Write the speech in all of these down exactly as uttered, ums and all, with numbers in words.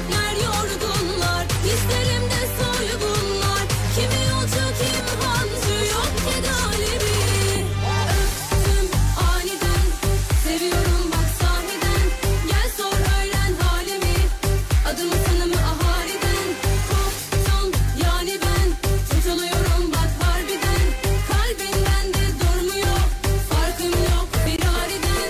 kalpler yorgunlar. İsterim de soygunlar. Kimi yolcu kim hancı, yok ki galibi. Öptüm aniden, seviyorum bak sahiden. Gel sor öğren halimi, adımı sanımı ahaliden. Koptum yani ben, tutuluyorum bak harbiden. Kalbin bende durmuyor, farkım yok firariden.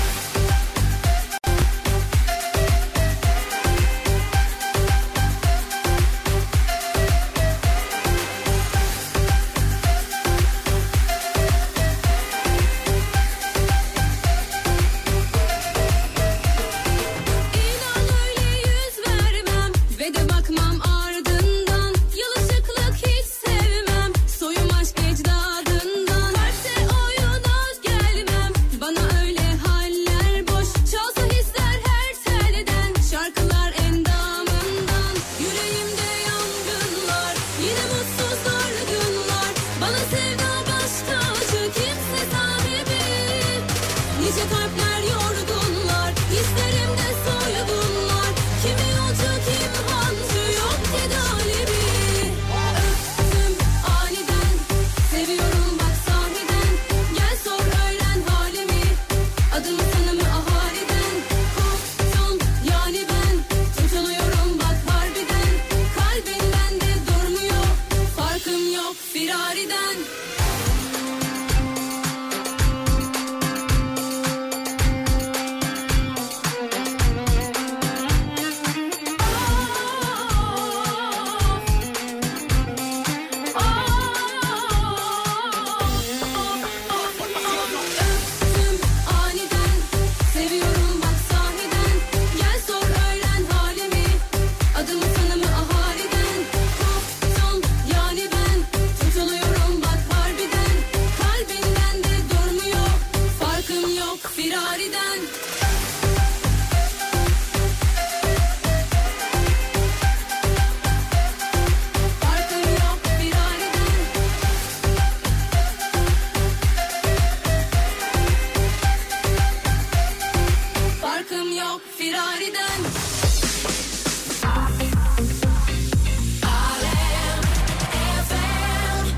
İnan öyle yüz vermem ve de bakmam ardından. Yalışıklık hiç sevmem, soyum aşk ecdadından. Kalpte oyuna gelmem, bana öyle haller boş. Çalsa hisler her telden, şarkılar endamından. Yüreğimde yangınlar, yine mutsuz dargınlar. Bana sevda baş tacı, kimse sahibi. Nice kalpler yorgunlar, isterim de soygunlar. Kimi yolcu kim hancı, yok ki galibi. Öptüm aniden, seviyorum bak sahiden. Gel sor öğren halimi, adımı sanımı ahaliden. Koptum yani ben, tutuluyorum bak harbiden. Kalbin bende durmuyor, farkım yok firariden. Öptüm aniden, seviyorum bak sahiden. Gel sor öğren halimi, adımı sanımı ahaliden. Koptum yani ben, tutuluyorum bak harbiden. Kalbin bende durmuyor, farkım yok firariden. Farkım yok firariden. Farkım yok firariden. Alem F M.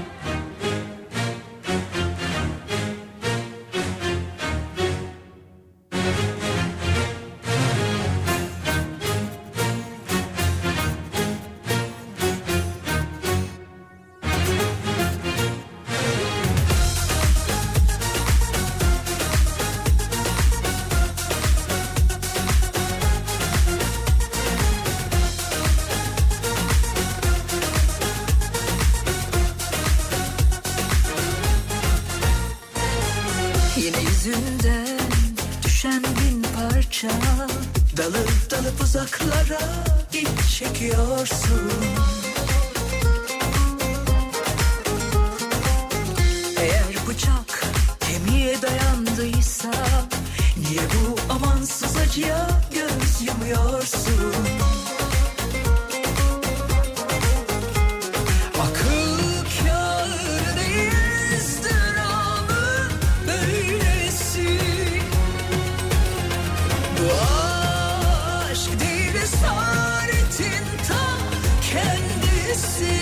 Yine yüzünden düşen bin parça, dalıp dalıp uzaklara iç çekiyorsun. Eğer bıçak kemiğe dayandıysa, niye bu amansız acıya göz yumuyorsun? Akıl kârı değil ızdırabı böylesi. Bu aşk değil esaretin ta kendisi.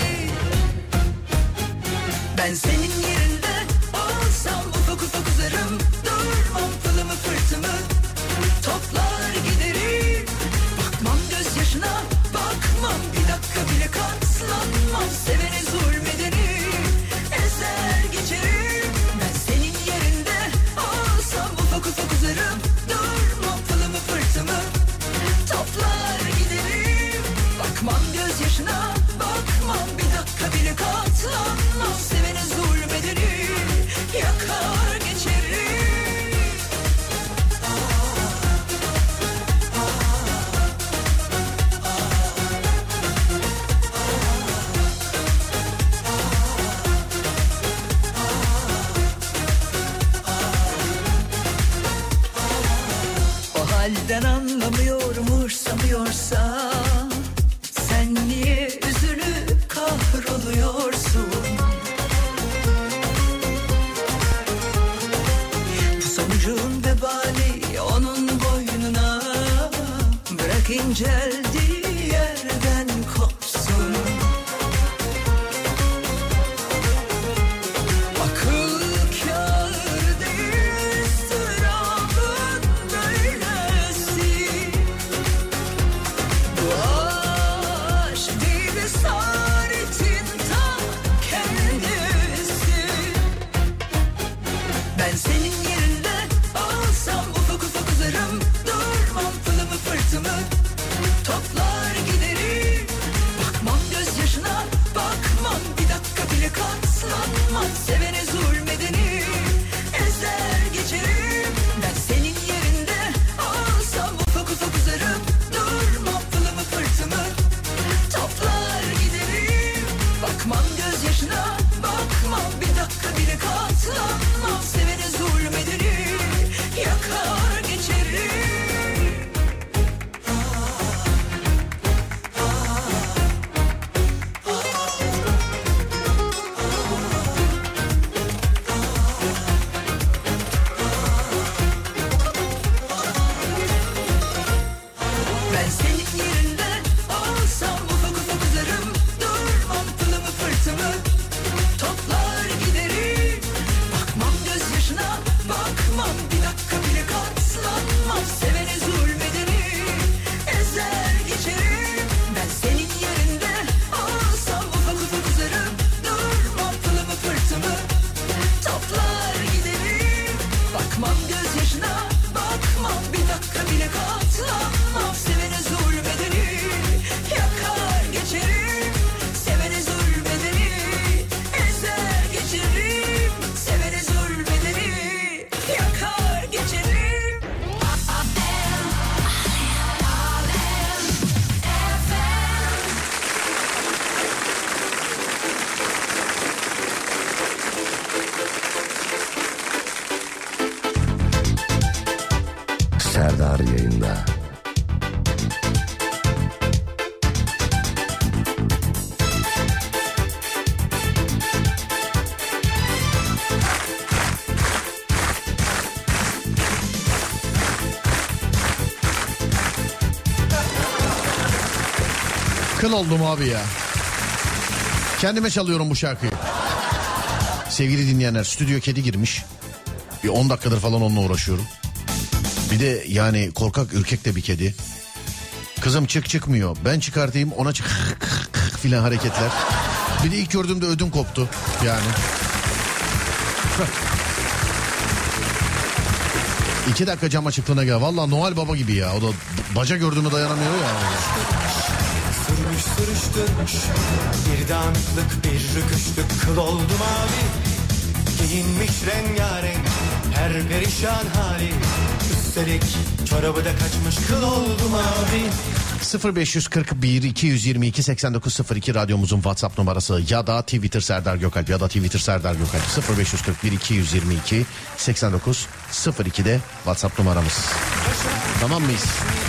Ben senin yerinde olsam ufak ufak uzarım. Durmam pılımı fırtımı, toplar giderim. Bakmam gözyaşına, bakmam bir dakika bile katlanmam. Sevene zulmederim, ezer geçerim. Ben senin yerinde olsam ufak ufak uzarım. Durmam pılımı fırtımı, toplar giderim. Bakmam gözyaşına, bakmam bir dakika bile katlanmam. Sevene zulmederim, yakar geçerim. O halden anlamıyorum, umursamıyorsam sen niye üzülüp kahroluyorsun? Bu sonucun vebali onun boynuna, bırak incel geldiği yerden kopsun. Akıl kâr değil ıstırabın böylesi. Bu aşk değil esaretin ta kendisi. Ben senin yerinde olsam ufak ufak uzarım, durmam pılımı fırtımı, toplar giderim. Bakmam gözyaşına, bakmam bir dakika bile katlanmam, sevene zulmedeni ezer geçerim. Ben senin yerinde olsam ufak ufak uzarım, durmam pılımı fırtımı, toplar giderim. Bakmam gözyaşına, bakmam bir dakika bile katlanmam, sevene zulmedeni yakar geçerim. Ben senin yerinde olsam ufak ufak uzarım, durmam pılımı fırtımı, toplar giderim. Bakmam gözyaşına, bakmam bir dakika bile katlanmam, sevene zulmedeni ezer geçerim. Ben senin yerinde olsam ufak ufak uzarım, durmam pılımı fırtımı, toplar giderim. Bakmam gözyaşına, bakmam bir dakika bile katlanmam, sevene zulmedeni yakar geçerim. Sevene zulmedeni ezer geçerim. Sevene zulmedeni yakar geçerim. Serdar yayında. Kıl oldum abi ya. Kendime çalıyorum bu şarkıyı. Sevgili dinleyenler, stüdyo kedi girmiş. Bir on dakikadır falan onunla uğraşıyorum. Bir de yani korkak ürkek de bir kedi. Kızım çık çıkmıyor. Ben çıkartayım ona çık filan hareketler. Bir de ilk gördüğümde ödüm koptu yani. İki dakika cam açıklığına gel. Valla Noel Baba gibi ya. O da baca gördüğünü dayanamıyor ya. Sürmüş sürüştürmüş bir dağınıklık bir rüküşlük, kıl oldu mavi. Giyinmiş rengarenk her perişan hali, üstelik çorabı da kaçmış, kıl oldu mavi. sıfır beş kırk bir iki yüz yirmi iki seksen dokuz sıfır iki radyomuzun WhatsApp numarası ya da Twitter Serdar Gökalp ya da Twitter Serdar Gökalp sıfır beş kırk bir iki yüz yirmi iki seksen dokuz sıfır iki'de WhatsApp numaramız. Tamam mıyız?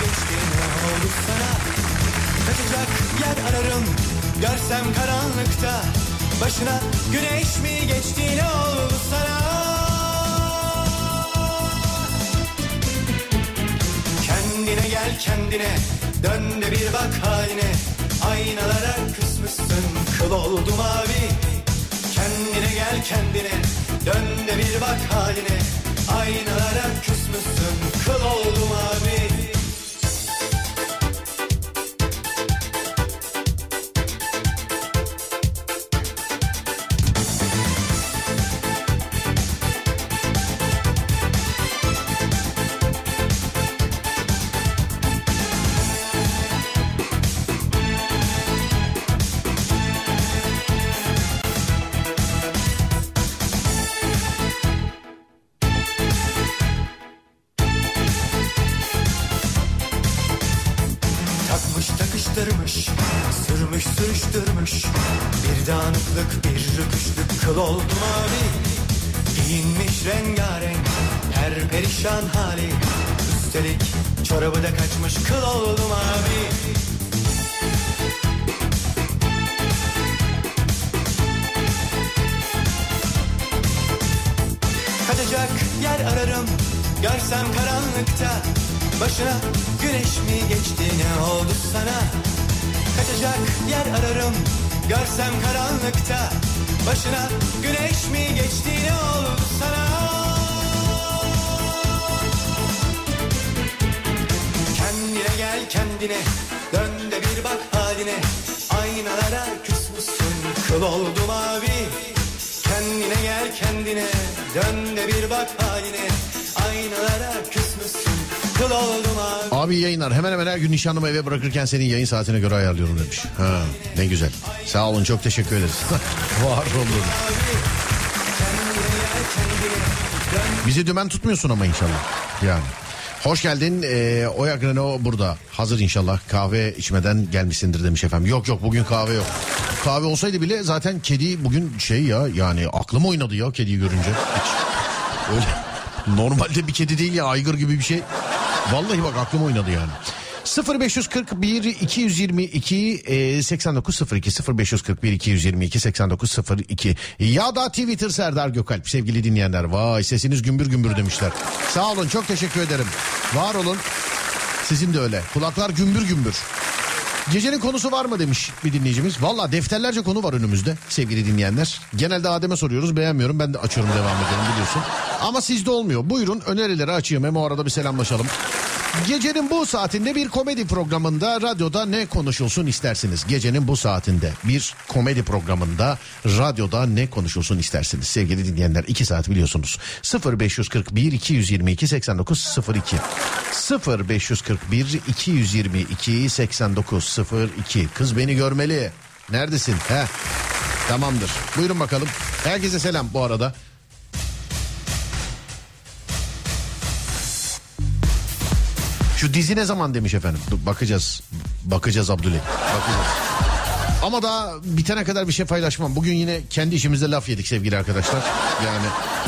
Kaçacak yer ararım görsem karanlıkta, başına güneş mi geçti ne oldu sana? Kendine gel kendine, dön de bir bak haline, aynalara kısmışsın, kıl oldu mavi. Kendine gel kendine, dön de bir bak haline, aynalara küsmüşsün, kıl oldu mavi. Sürmüş sürüştürmüş bir dağınıklık bir rüküşlük, kıl oldu mavi. Giyinmiş rengarenk her perişan hali, üstelik çorabı da kaçmış, kıl oldu mavi. Kaçacak yer ararım görsem karanlıkta, başına güneş mi geçti ne oldu sana? Bakacak yer ararım, görsem karanlıkta. Başına güneş mi geçti, ne oldu sana? Kendine gel kendine, dön de bir bak haline. Aynalara küsmüşsün, kıl oldu mavi. Kendine gel kendine, dön de bir bak haline. Aynalara küsmüşsün, kıl oldu mavi. Abi yayınlar, hemen hemen her gün nişanlımı eve bırakırken senin yayın saatine göre ayarlıyorum demiş. Ha, ne güzel. Sağ olun, çok teşekkür ederiz. Var olun. Bizi dümen tutmuyorsun ama inşallah. Yani. Hoş geldin. Ee, Oyak Renault burada. Hazır inşallah. Kahve içmeden gelmişsindir demiş efendim. Yok yok, bugün kahve yok. Kahve olsaydı bile zaten kedi bugün şey ya, yani aklım oynadı ya kediyi görünce. Hiç. Öyle. Normalde bir kedi değil ya, aygır gibi bir şey. Vallahi bak aklım oynadı yani. sıfır beş kırk bir iki yüz yirmi iki seksen dokuz sıfır iki sıfır beş kırk bir iki yüz yirmi iki seksen dokuz sıfır iki ya da Twitter Serdar Gökalp. Sevgili dinleyenler, vay sesiniz gümbür gümbür demişler. Sağ olun, çok teşekkür ederim. Var olun. Sizin de öyle. Kulaklar gümbür gümbür. Gecenin konusu var mı demiş bir dinleyicimiz. Valla defterlerce konu var önümüzde sevgili dinleyenler. Genelde Adem'e soruyoruz, beğenmiyorum, ben de açıyorum, devam ediyorum biliyorsun. Ama sizde olmuyor. Buyurun, önerileri açayım, hem o arada bir selamlaşalım. Gecenin bu saatinde bir komedi programında radyoda ne konuşulsun istersiniz? Gecenin bu saatinde bir komedi programında radyoda ne konuşulsun istersiniz? Sevgili dinleyenler, iki saat biliyorsunuz. sıfır beş kırk bir iki yüz yirmi iki seksen dokuz sıfır iki sıfır beş kırk bir iki yüz yirmi iki seksen dokuz sıfır iki. Kız beni görmeli. Neredesin? He. Tamamdır. Buyurun bakalım. Herkese selam bu arada. Şu dizi ne zaman demiş efendim. Bakacağız. Bakacağız Abdüley. Bakacağız. Ama daha bitene kadar bir şey paylaşmam. Bugün yine kendi işimizde laf yedik sevgili arkadaşlar. Yani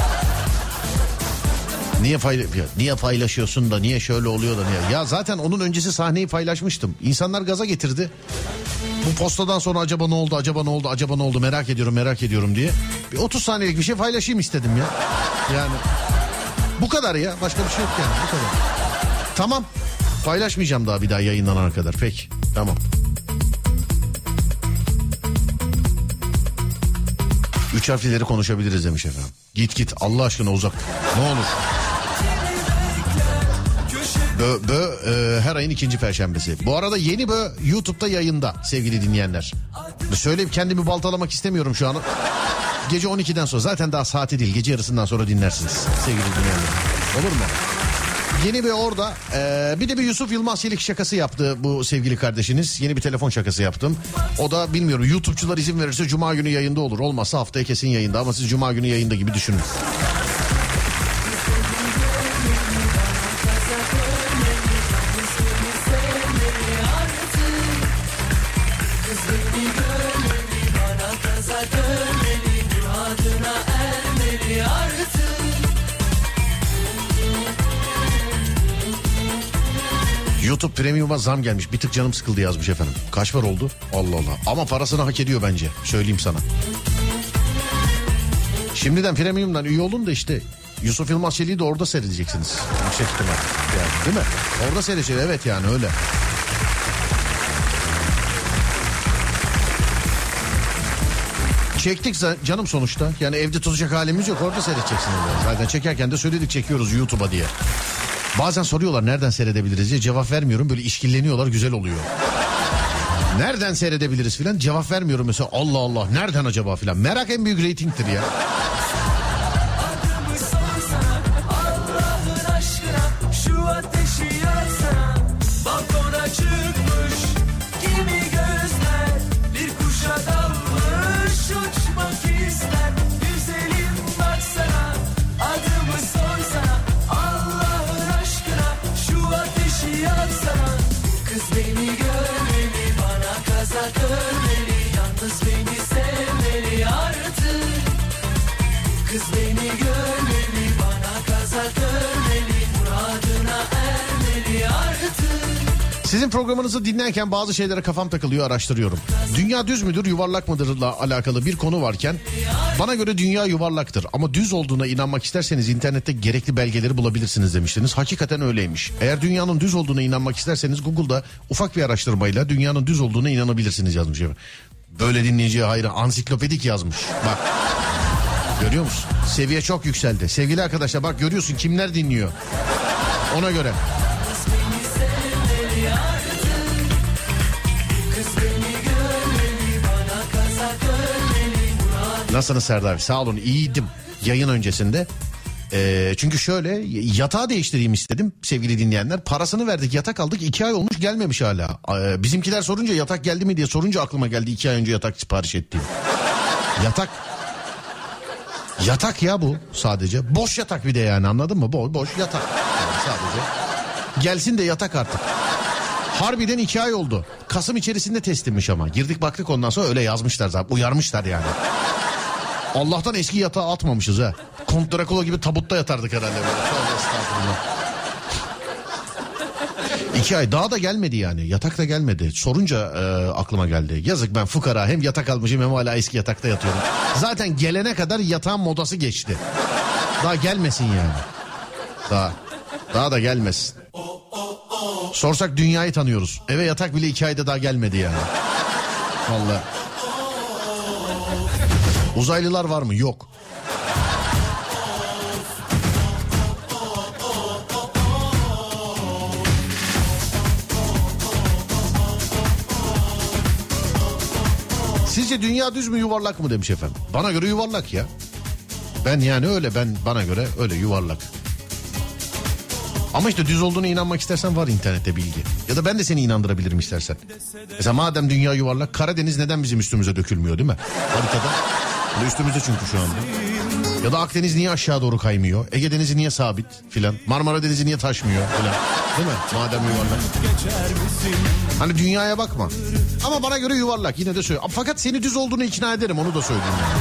niye payla niye paylaşıyorsun da, niye şöyle oluyor da niye? Ya zaten onun öncesi sahneyi paylaşmıştım. İnsanlar gaza getirdi. Bu postadan sonra acaba ne oldu, acaba ne oldu, acaba ne oldu, merak ediyorum, merak ediyorum diye. Bir otuz saniyelik bir şey paylaşayım istedim ya. Yani bu kadar ya. Başka bir şey yok yani. Bu kadar. Tamam. Paylaşmayacağım daha bir daha yayınlanana kadar. Peki. Tamam. Üç harflileri konuşabiliriz demiş efendim. Git git Allah aşkına, uzak. Ne olur. Bö, bö e, her ayın ikinci perşembesi. Bu arada yeni bö YouTube'da yayında sevgili dinleyenler. Söyleyip kendimi baltalamak istemiyorum şu an. Gece on ikiden sonra, zaten daha saati değil, gece yarısından sonra dinlersiniz sevgili dinleyenler. Olur mu? Yeni bir orada ee, bir de bir Yusuf Yılmaz Çelik şakası yaptı bu sevgili kardeşiniz. Yeni bir telefon şakası yaptım. O da bilmiyorum, YouTube'cular izin verirse Cuma günü yayında olur. Olmazsa haftaya kesin yayında, ama siz Cuma günü yayında gibi düşünün. YouTube Premium'a zam gelmiş. Bir tık canım sıkıldı yazmış efendim. Kaç var oldu? Allah Allah. Ama parasını hak ediyor bence. Söyleyeyim sana. Şimdiden Premium'dan üye olun da işte Yusuf Yılmaz Çelik'i de orada seyredeceksiniz. Yüksek ihtimal. Yani, değil mi? Orada seyredeceğiz. Evet yani öyle. Çektik canım sonuçta. Yani evde tutacak halimiz yok. Orada seyredeceksiniz. Zaten çekerken de söyledik, çekiyoruz YouTube'a diye. Bazen soruyorlar nereden seyredebiliriz diye, cevap vermiyorum, böyle işkilleniyorlar, güzel oluyor. Nereden seyredebiliriz filan, cevap vermiyorum mesela, Allah Allah nereden acaba filan. Merak en büyük reytingtir ya. Kız beni görmeli, bana kazak örmeli, muradına ermeli artık. Sizin programınızı dinlerken bazı şeylere kafam takılıyor, araştırıyorum. Dünya düz müdür, yuvarlak mıdırla alakalı bir konu varken bana göre dünya yuvarlaktır. Ama düz olduğuna inanmak isterseniz internette gerekli belgeleri bulabilirsiniz demiştiniz. Hakikaten öyleymiş. Eğer dünyanın düz olduğuna inanmak isterseniz Google'da ufak bir araştırmayla dünyanın düz olduğuna inanabilirsiniz yazmış. Böyle dinleyiciye hayran, ansiklopedik yazmış. Bak. Görüyor musun? Seviye çok yükseldi. Sevgili arkadaşlar bak görüyorsun kimler dinliyor. Ona göre. Nasılsınız Serdar abi? Sağ olun, iyiydim yayın öncesinde. Ee, çünkü şöyle yatağı değiştireyim istedim sevgili dinleyenler. Parasını verdik, yatak aldık, iki ay olmuş gelmemiş hala. Ee, bizimkiler sorunca yatak geldi mi diye sorunca aklıma geldi iki ay önce yatak sipariş ettiğim. Yatak. Yatak ya bu sadece. Boş yatak bir de yani, anladın mı? Boş, boş yatak yani sadece. Gelsin de yatak artık. Harbiden iki ay oldu. Kasım içerisinde teslimmiş ama. Girdik baktık ondan sonra öyle yazmışlar zaten. Uyarmışlar yani. Allah'tan eski yatağı atmamışız ha. Kont Drakula gibi tabutta yatardık herhalde. İki ay daha da gelmedi yani. Yatak da gelmedi. Sorunca e, aklıma geldi. Yazık, ben fukara, hem yatak almışım hem hala eski yatakta yatıyorum. Zaten gelene kadar yatağın modası geçti. Daha gelmesin yani. Daha. Daha da gelmesin. Sorsak dünyayı tanıyoruz. Eve yatak bile iki ayda daha gelmedi yani. Vallahi. Uzaylılar var mı? Yok. Sizce dünya düz mü yuvarlak mı demiş efendim. Bana göre yuvarlak ya. Ben yani öyle, ben bana göre öyle yuvarlak. Ama işte düz olduğuna inanmak istersen var internette bilgi. Ya da ben de seni inandırabilirim istersen. Mesela madem dünya yuvarlak, Karadeniz neden bizim üstümüze dökülmüyor değil mi? Haritada. Böyle üstümüzde çünkü şu anda. Ya da Akdeniz niye aşağı doğru kaymıyor? Ege Denizi niye sabit filan? Marmara Denizi niye taşmıyor filan? Değil mi? Madem yuvarlak. Hani dünyaya bakma. Ama bana göre yuvarlak, yine de söyle. Fakat seni düz olduğunu ikna ederim, onu da söyleyeyim yani.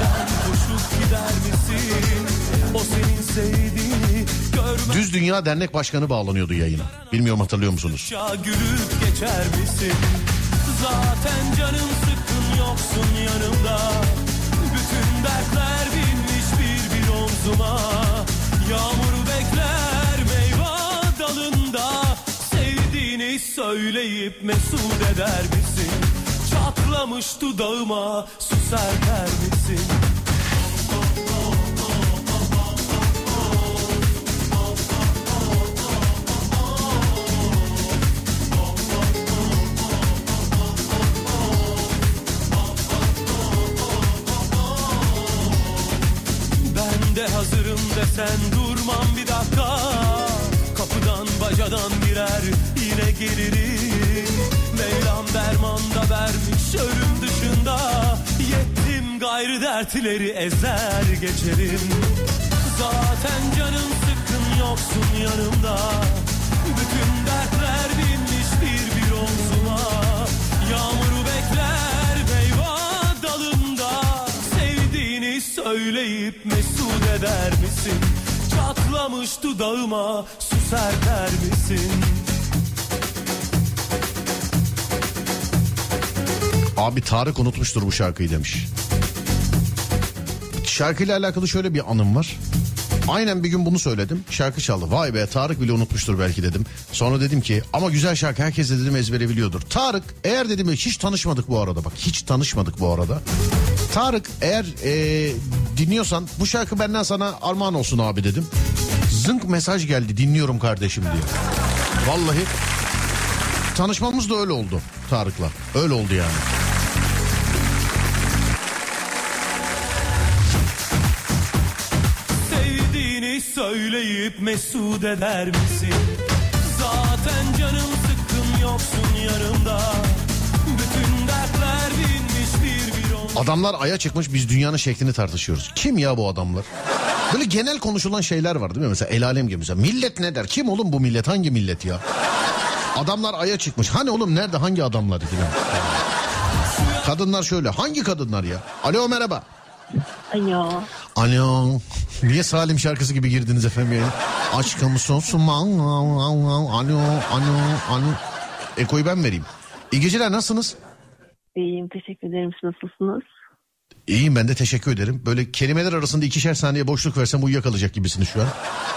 Düz Dünya Dernek Başkanı bağlanıyordu yayına. Bilmiyorum, hatırlıyor musunuz? Gülüp geçer misin? Zaten canım sıkkın, yoksun yanımda. Bütün dertler binmiş bir bir omzuma. Yağmur bekler meyve dalında. Sevdiğini söyleyip mesut eder misin? Çatlamış dudağıma su serper misin? De hazırım desen durmam bir dakika. Kapıdan bacadan girer yine gelirim. Mevlam derman da vermiş ölüm dışında. Yettim gayrı dertleri ezer geçerim. Zaten canım sıkkın, yoksun yanımda. Bütün dertler binmiş bir bir omzuma. Yağmuru bekler meyve dalında. Sevdiğini söyleyip mesut eder misin? Çatlamış dudağıma su serper misin? Abi Tarık unutmuştur bu şarkıyı demiş. Şarkıyla alakalı şöyle bir anım var. Aynen bir gün bunu söyledim. Şarkı çaldı. Vay be, Tarık bile unutmuştur belki dedim. Sonra dedim ki ama güzel şarkı, herkes de dedim ezbere biliyordur. Tarık, eğer dedim hiç tanışmadık bu arada, bak hiç tanışmadık bu arada. Tarık, eğer ee, dinliyorsan bu şarkı benden sana armağan olsun abi dedim. Zınk mesaj geldi, dinliyorum kardeşim diye. Vallahi tanışmamız da öyle oldu Tarık'la. Öyle oldu yani. Sevdiğini söyleyip mesut eder misin? Zaten canım sıkkın, yoksun yanımda. Bütün dertler binmiş bir bir omzuma. Adamlar Ay'a çıkmış, biz dünyanın şeklini tartışıyoruz. Kim ya bu adamlar? Böyle genel konuşulan şeyler var değil mi? Mesela el alem gibi. Mesela millet ne der? Kim oğlum bu millet? Hangi millet ya? Adamlar Ay'a çıkmış. Hani oğlum nerede? Hangi adamlar? Kadınlar şöyle. Hangi kadınlar ya? Alo, merhaba. Alo. Alo. Niye Salim şarkısı gibi girdiniz efendim ya? Aşkım sonsun. Alo, alo, alo, alo. Eko'yu ben vereyim. İyi geceler, nasılsınız? İyiyim, teşekkür ederim. Siz nasılsınız? İyiyim ben de, teşekkür ederim. Böyle kelimeler arasında ikişer saniye boşluk versem uyuyakalacak gibisiniz şu an.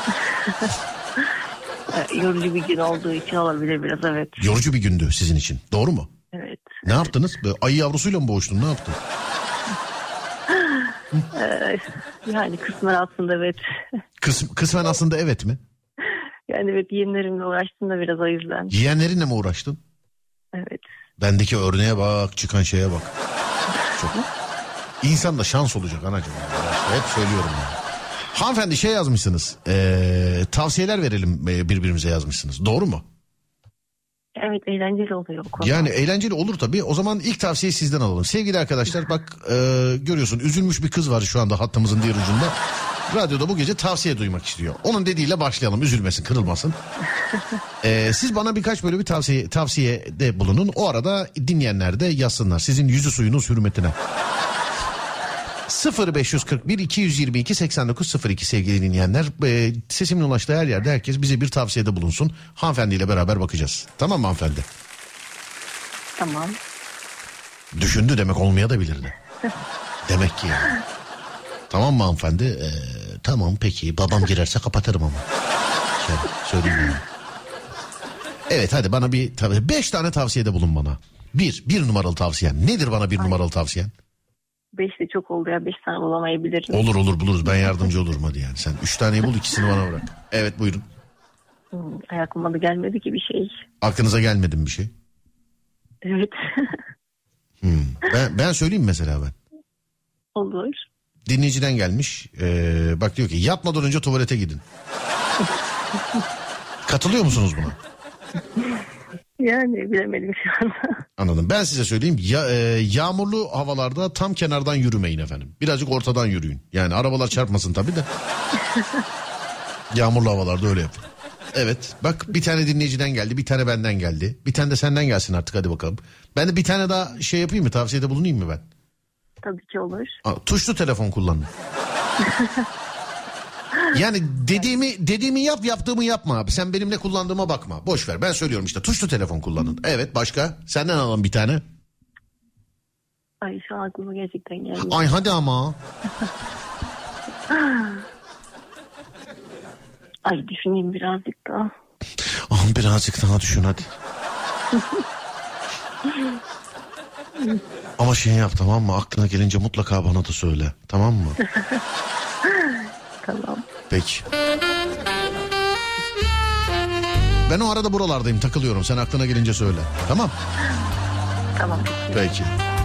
Yorucu bir gün olduğu için olabilir biraz, evet. Yorucu bir gündü sizin için, doğru mu? Evet. Ne yaptınız? Böyle ayı yavrusuyla mı boğuştun, ne yaptın? Ee, yani kısmen aslında evet. Kıs, kısmen aslında evet mi? Yani evet, yeğenlerimle uğraştım da biraz o yüzden. Yeğenlerinle mi uğraştın? Evet. Bendeki örneğe bak, çıkan şeye bak. Çok. İnsan da şans olacak anacığım. Hep söylüyorum yani. Hanımefendi şey yazmışsınız. Ee, tavsiyeler verelim birbirimize yazmışsınız. Doğru mu? Evet, eğlenceli oluyor o konu. Yani eğlenceli olur tabii. O zaman ilk tavsiyeyi sizden alalım. Sevgili arkadaşlar bak e, görüyorsun, üzülmüş bir kız var şu anda hattımızın diğer ucunda. Radyoda bu gece tavsiye duymak istiyor. Onun dediğiyle başlayalım, üzülmesin, kırılmasın. Ee, siz bana birkaç böyle bir tavsiye tavsiyede bulunun. O arada dinleyenler de yazsınlar. Sizin yüzü suyunuz hürmetine. sıfır beş kırk bir iki yüz yirmi iki seksen dokuz sıfır iki sevgili dinleyenler. Ee, sesimin ulaştığı her yerde herkes bize bir tavsiyede bulunsun. Hanımefendiyle beraber bakacağız. Tamam mı hanımefendi? Tamam. Düşündü demek olmaya da bilirdi. Demek ki yani. Tamam mı hanımefendi? Ee, tamam peki, babam girerse kapatırım ama. Şey, söyleyeyim yani. Evet hadi bana bir tav- beş tane tavsiyede bulun bana. Bir, bir numaralı tavsiyen. Nedir bana bir Ay. numaralı tavsiyen? Beş de çok oldu ya, beş tane bulamayabilirim. Olur olur buluruz, ben yardımcı olurum hadi yani. Sen üç taneyi bul, ikisini bana bırak. Evet buyurun. Hmm, aklıma da gelmedi ki bir şey. Aklınıza gelmedi mi bir şey? Evet. hmm. ben, ben söyleyeyim mesela ben. Olur. Dinleyiciden gelmiş. Ee, bak diyor ki yatmadan önce tuvalete gidin. Katılıyor musunuz buna? Yani bilemedim şu anda. Anladım. Ben size söyleyeyim. Ya, e, yağmurlu havalarda tam kenardan yürümeyin efendim. Birazcık ortadan yürüyün. Yani arabalar çarpmasın tabii de. Yağmurlu havalarda öyle yapın. Evet. Bak bir tane dinleyiciden geldi. Bir tane benden geldi. Bir tane de senden gelsin artık, hadi bakalım. Ben de bir tane daha şey yapayım mı? Tavsiyede bulunayım mı ben? Tabii ki olur. Aa, tuşlu telefon kullanın. Yani dediğimi dediğimi yap, yaptığımı yapma abi. Sen benim ne kullandığıma bakma. Boş ver. Ben söylüyorum işte, tuşlu telefon kullanın. Evet, başka? Senden alalım bir tane. Ay şu an aklıma gerçekten geldi. Ay hadi ama. Ay düşüneyim birazcık daha. Ah, birazcık daha düşün hadi. Ama şey yap, tamam mı? Aklına gelince mutlaka bana da söyle. Tamam mı? Tamam. Peki. Ben o arada buralardayım, takılıyorum. Sen aklına gelince söyle. Tamam. Tamam. Peki.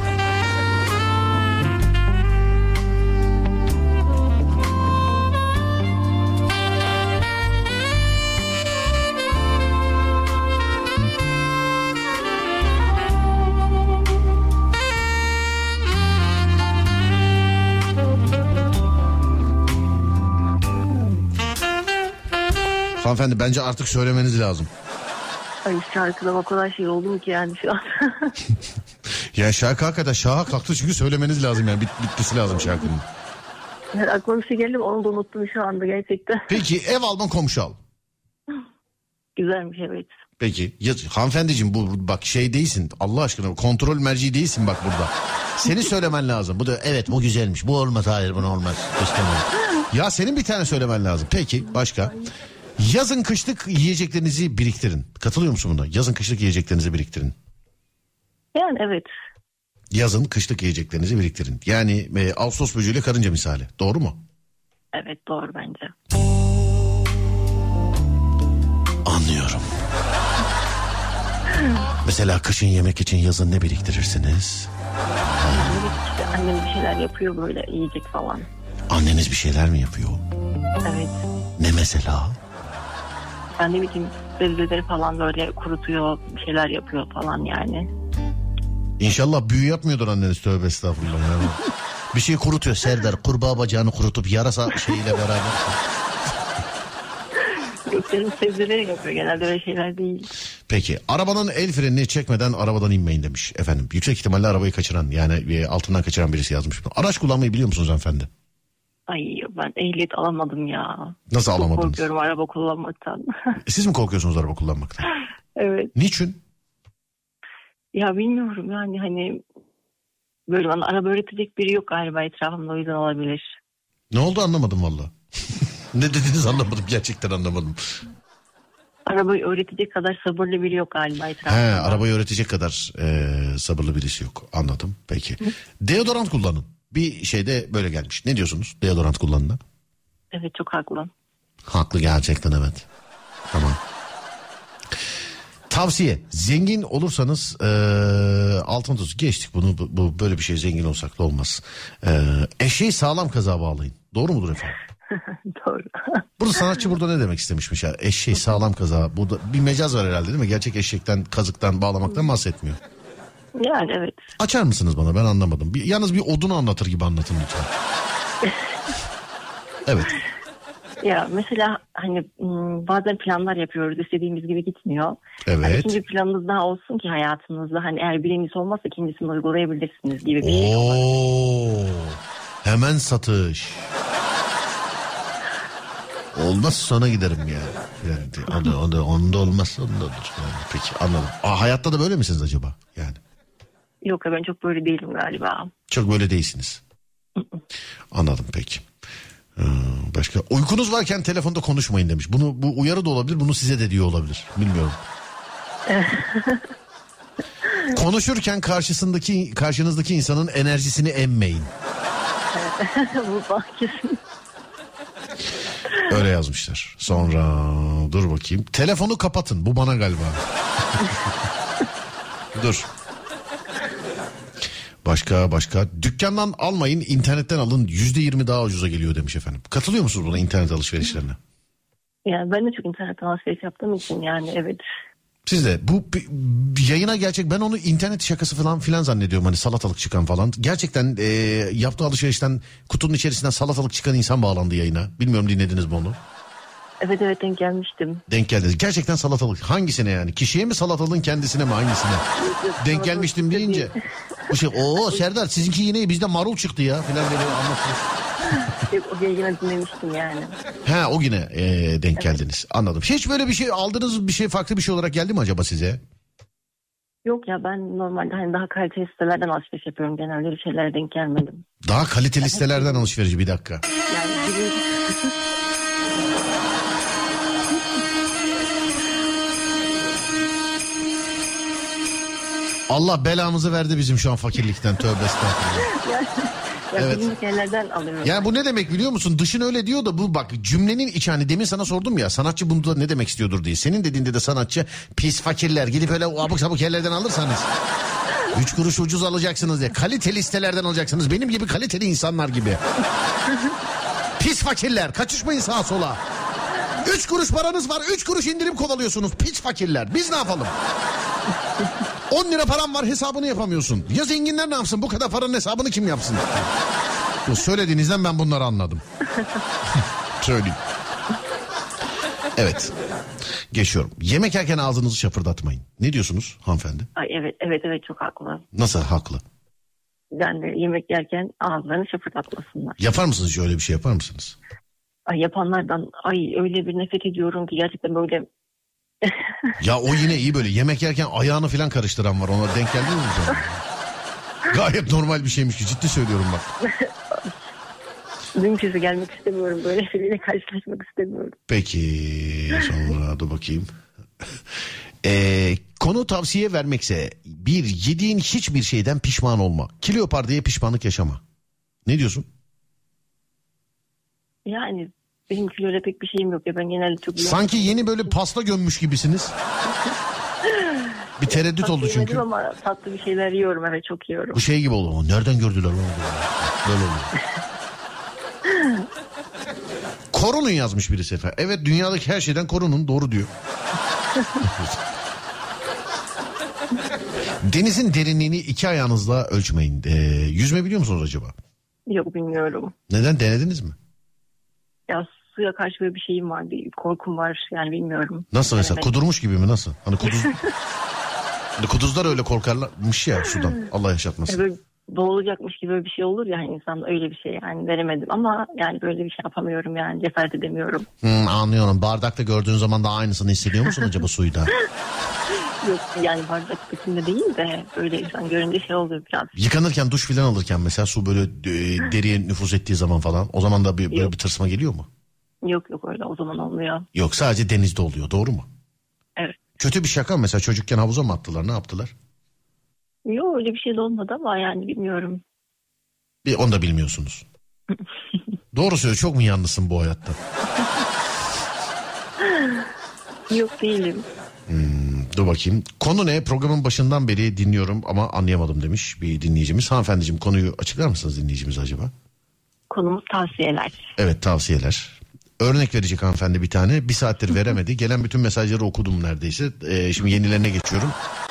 Hanımefendi bence artık söylemeniz lazım. Ay şarkıda o kadar şey oldum ki yani şu an. Yani şarkı hakikaten şaha kalktı çünkü söylemeniz lazım yani. Bit, bitmesi lazım şarkının. Yani aklıma bir şey geldi, onu da unuttum şu anda gerçekten. Peki ev alma komşu al. Güzelmiş evet. Peki ya, hanımefendiciğim bu bak şey değilsin Allah aşkına, kontrol merci değilsin bak burada. Seni söylemen lazım. Bu da evet bu güzelmiş, bu olmaz, hayır bunu olmaz. Ya senin bir tane söylemen lazım. Peki başka? Yazın kışlık yiyeceklerinizi biriktirin. Katılıyor musun buna? Yazın kışlık yiyeceklerinizi biriktirin. Yani evet. Yazın kışlık yiyeceklerinizi biriktirin. Yani e, Ağustos böceğiyle karınca misali. Doğru mu? Evet doğru bence. Anlıyorum. Mesela kışın yemek için yazın ne biriktirirsiniz? İşte annem bir şeyler yapıyor böyle, yiyecek falan. Anneniz bir şeyler mi yapıyor? Evet. Ne mesela? Ben de bileyim, sebzeleri falan böyle kurutuyor, bir şeyler yapıyor falan yani. İnşallah büyü yapmıyordur anneniz, tövbe estağfurullah. Yani. Bir şey kurutuyor Serdar, kurbağa bacağını kurutup yarasa şeyiyle beraber. Yok canım, sebzeleri yapıyor genelde, öyle şeyler değil. Peki arabanın el frenini çekmeden arabadan inmeyin demiş efendim. Yüksek ihtimalle arabayı kaçıran, yani altından kaçıran birisi yazmış. Araç kullanmayı biliyor musunuz hanımefendi? Ay ben ehliyet alamadım ya. Nasıl Çok alamadınız? korkuyorum araba kullanmaktan. Siz mi korkuyorsunuz araba kullanmaktan? Evet. Niçin? Ya bilmiyorum yani hani böyle bana araba öğretecek biri yok galiba etrafımda, o yüzden olabilir. Ne oldu anlamadım valla. Ne dediniz anlamadım, gerçekten anlamadım. Arabayı öğretecek kadar sabırlı biri yok galiba etrafımda. He, arabayı öğretecek kadar e, sabırlı birisi yok. Anladım peki. Hı? Deodorant kullanın. Bir şeyde böyle gelmiş. Ne diyorsunuz deodorant kullanına? Evet, çok haklı. Haklı gerçekten, evet. Tamam. Tavsiye, zengin olursanız e, altın tuz geçtik bunu, bu, bu böyle bir şey, zengin olsak da olmaz. E, eşeği sağlam kazağa bağlayın. Doğru mudur efendim? Doğru. Burada sanatçı burada ne demek istemişmiş ya? Eşeği sağlam kazağa. Burada bir mecaz var herhalde değil mi? Gerçek eşekten, kazıktan bağlamaktan bahsetmiyor. Yani evet. Açar mısınız bana, ben anlamadım. Bir, yalnız bir odunu anlatır gibi anlatın lütfen. Evet. Ya mesela hani bazen planlar yapıyoruz, istediğimiz gibi gitmiyor. Evet. Hani ikinci planınız daha olsun ki hayatınızda, hani eğer birincisi olmazsa ikincisini uygulayabilirsiniz gibi bir şey. Oo, hemen satış. Olmaz sonra giderim ya. Yani onda, onda, onda olmazsa onda olur. Yani peki, anladım. Aa, hayatta da böyle misiniz acaba? Yani. Yok ya, ben çok böyle değilim galiba. Çok böyle değilsiniz. Anladım peki. Ee, başka, uykunuz varken telefonda konuşmayın demiş. Bunu, bu uyarı da olabilir, bunu size de diyor olabilir. Bilmiyorum. Konuşurken karşısındaki karşınızdaki insanın enerjisini emmeyin. Bu bak kesin. Öyle yazmışlar. Sonra dur bakayım. Telefonu kapatın. Bu bana galiba. Dur. Başka başka. Dükkandan almayın, internetten alın. Yüzde yirmi daha ucuza geliyor demiş efendim. Katılıyor musunuz buna, internet alışverişlerine? Yani ben de çok internetten alışveriş yaptığım için yani evet. Siz de bu yayına gerçek, ben onu internet şakası falan filan zannediyorum, hani salatalık çıkan falan. Gerçekten e, yaptığı alışverişten kutunun içerisinden salatalık çıkan insan bağlandı yayına. Bilmiyorum dinlediniz mi onu? Evet evet, denk gelmiştim. Denk geldiniz. Gerçekten salatalık. Hangisine yani? Kişiye mi, salatalığın kendisine mi, hangisine? Denk gelmiştim deyince. Bu şey, ooo Serdar sizinki yine bizde marul çıktı ya filan böyle anlatıyor. O yayını dinlemiştim yani. He, o yine e, denk evet. Geldiniz. Anladım. Hiç böyle bir şey aldığınız bir şey farklı bir şey olarak geldi mi acaba size? Yok ya, ben normalde hani daha kaliteli sitelerden alışveriş yapıyorum. Genelde bir şeylere denk gelmedim. Daha kaliteli sitelerden alışveriş, bir dakika. Yani bir... Allah belamızı verdi bizim şu an fakirlikten, tövbe estağfurullah. Yani, ya evet. bilindik yerlerden alıyorum. Yani bu ne demek biliyor musun? Dışın öyle diyor da bu bak cümlenin içi, hani demin sana sordum ya sanatçı bunda ne demek istiyordur diye. Senin dediğinde de sanatçı pis fakirler gidip öyle abuk sabuk yerlerden alırsanız. Üç kuruş ucuz alacaksınız diye. Kaliteli sitelerden alacaksınız. Benim gibi kaliteli insanlar gibi. Pis fakirler, kaçışmayın sağa sola. Üç kuruş paranız var, üç kuruş indirim kovalıyorsunuz. Pis fakirler. Biz ne yapalım? On lira param var, hesabını yapamıyorsun. Ya zenginler ne yapsın? Bu kadar paranın hesabını kim yapsın? Bu söylediğinizden ben bunları anladım. Söyleyeyim. Evet. Geçiyorum. Yemek yerken ağzınızı şapırdatmayın. Ne diyorsunuz hanımefendi? Ay evet evet evet, çok haklı. Nasıl haklı? Yani yemek yerken ağızlarını şapırdatmasınlar. Yapar mısınız hiç öyle bir şey, yapar mısınız? Ay yapanlardan ay öyle bir nefret ediyorum ki gerçekten böyle. Ya o yine iyi, böyle yemek yerken ayağını falan karıştıran var, ona denk geldiniz mi canım? Gayet normal bir şeymiş ki, ciddi söylüyorum bak. Mümkünse gelmek istemiyorum, böyle biriyle karşılaşmak istemiyorum. Peki sonra dur bakayım. Ee, konu tavsiye vermekse bir, yediğin hiçbir şeyden pişman olma. Kilo yapar diye pişmanlık yaşama. Ne diyorsun? Yani benim kiloyla pek bir şeyim yok ya, ben genelde çok... Sanki yeni böyle pasta gömmüş gibisiniz. Bir tereddüt tatlı oldu çünkü. Ama tatlı bir şeyler yiyorum, evet çok yiyorum. Bu şey gibi oldu. Nereden gördüler lan? Böyle oluyor. Korunun yazmış birisi efendim. Evet, dünyadaki her şeyden korunun, doğru diyor. Denizin derinliğini iki ayağınızla ölçmeyin. Ee, yüzme biliyor musunuz acaba? Yok, bilmiyorum. Neden, denediniz mi? Ya suya karşı böyle bir şeyim var, bir korkum var yani, bilmiyorum. Nasıl mesela, evet. Kudurmuş gibi mi, nasıl? Hani kuduz... hani kuduzlar öyle korkarlarmış ya sudan, Allah yaşatmasın. Böyle boğulacakmış gibi bir şey olur ya hani, insan öyle bir şey yani, veremedim ama yani böyle bir şey yapamıyorum yani, cesaret edemiyorum. Hmm, anlıyorum. Bardakta gördüğün zaman da aynısını hissediyor musun acaba suyda? Yok yani bardak bütünde değil de böyle insan görünce şey oluyor biraz. Yıkanırken, duş filan alırken mesela su böyle e, deriye nüfuz ettiği zaman falan, o zaman da bir, böyle Yok. bir tırsma geliyor mu? Yok yok öyle o zaman olmuyor. Yok, sadece denizde oluyor, doğru mu? Evet. Kötü bir şaka mı? Mesela çocukken havuza mı attılar, ne yaptılar? Yok öyle bir şey de olmadı ama yani bilmiyorum. Bir, onu da bilmiyorsunuz. Doğru söylüyor, çok mu yalnızsın bu hayatta? Yok değilim. Hmm, dur bakayım. Konu ne? Programın başından beri dinliyorum ama anlayamadım demiş bir dinleyicimiz. Hanımefendiciğim, konuyu açıklar mısınız dinleyicimiz acaba? Konumuz tavsiyeler. Evet, tavsiyeler. Örnek verecek hanımefendi bir tane. Bir saattir veremedi. Gelen bütün mesajları okudum neredeyse. Ee, şimdi yenilerine geçiyorum.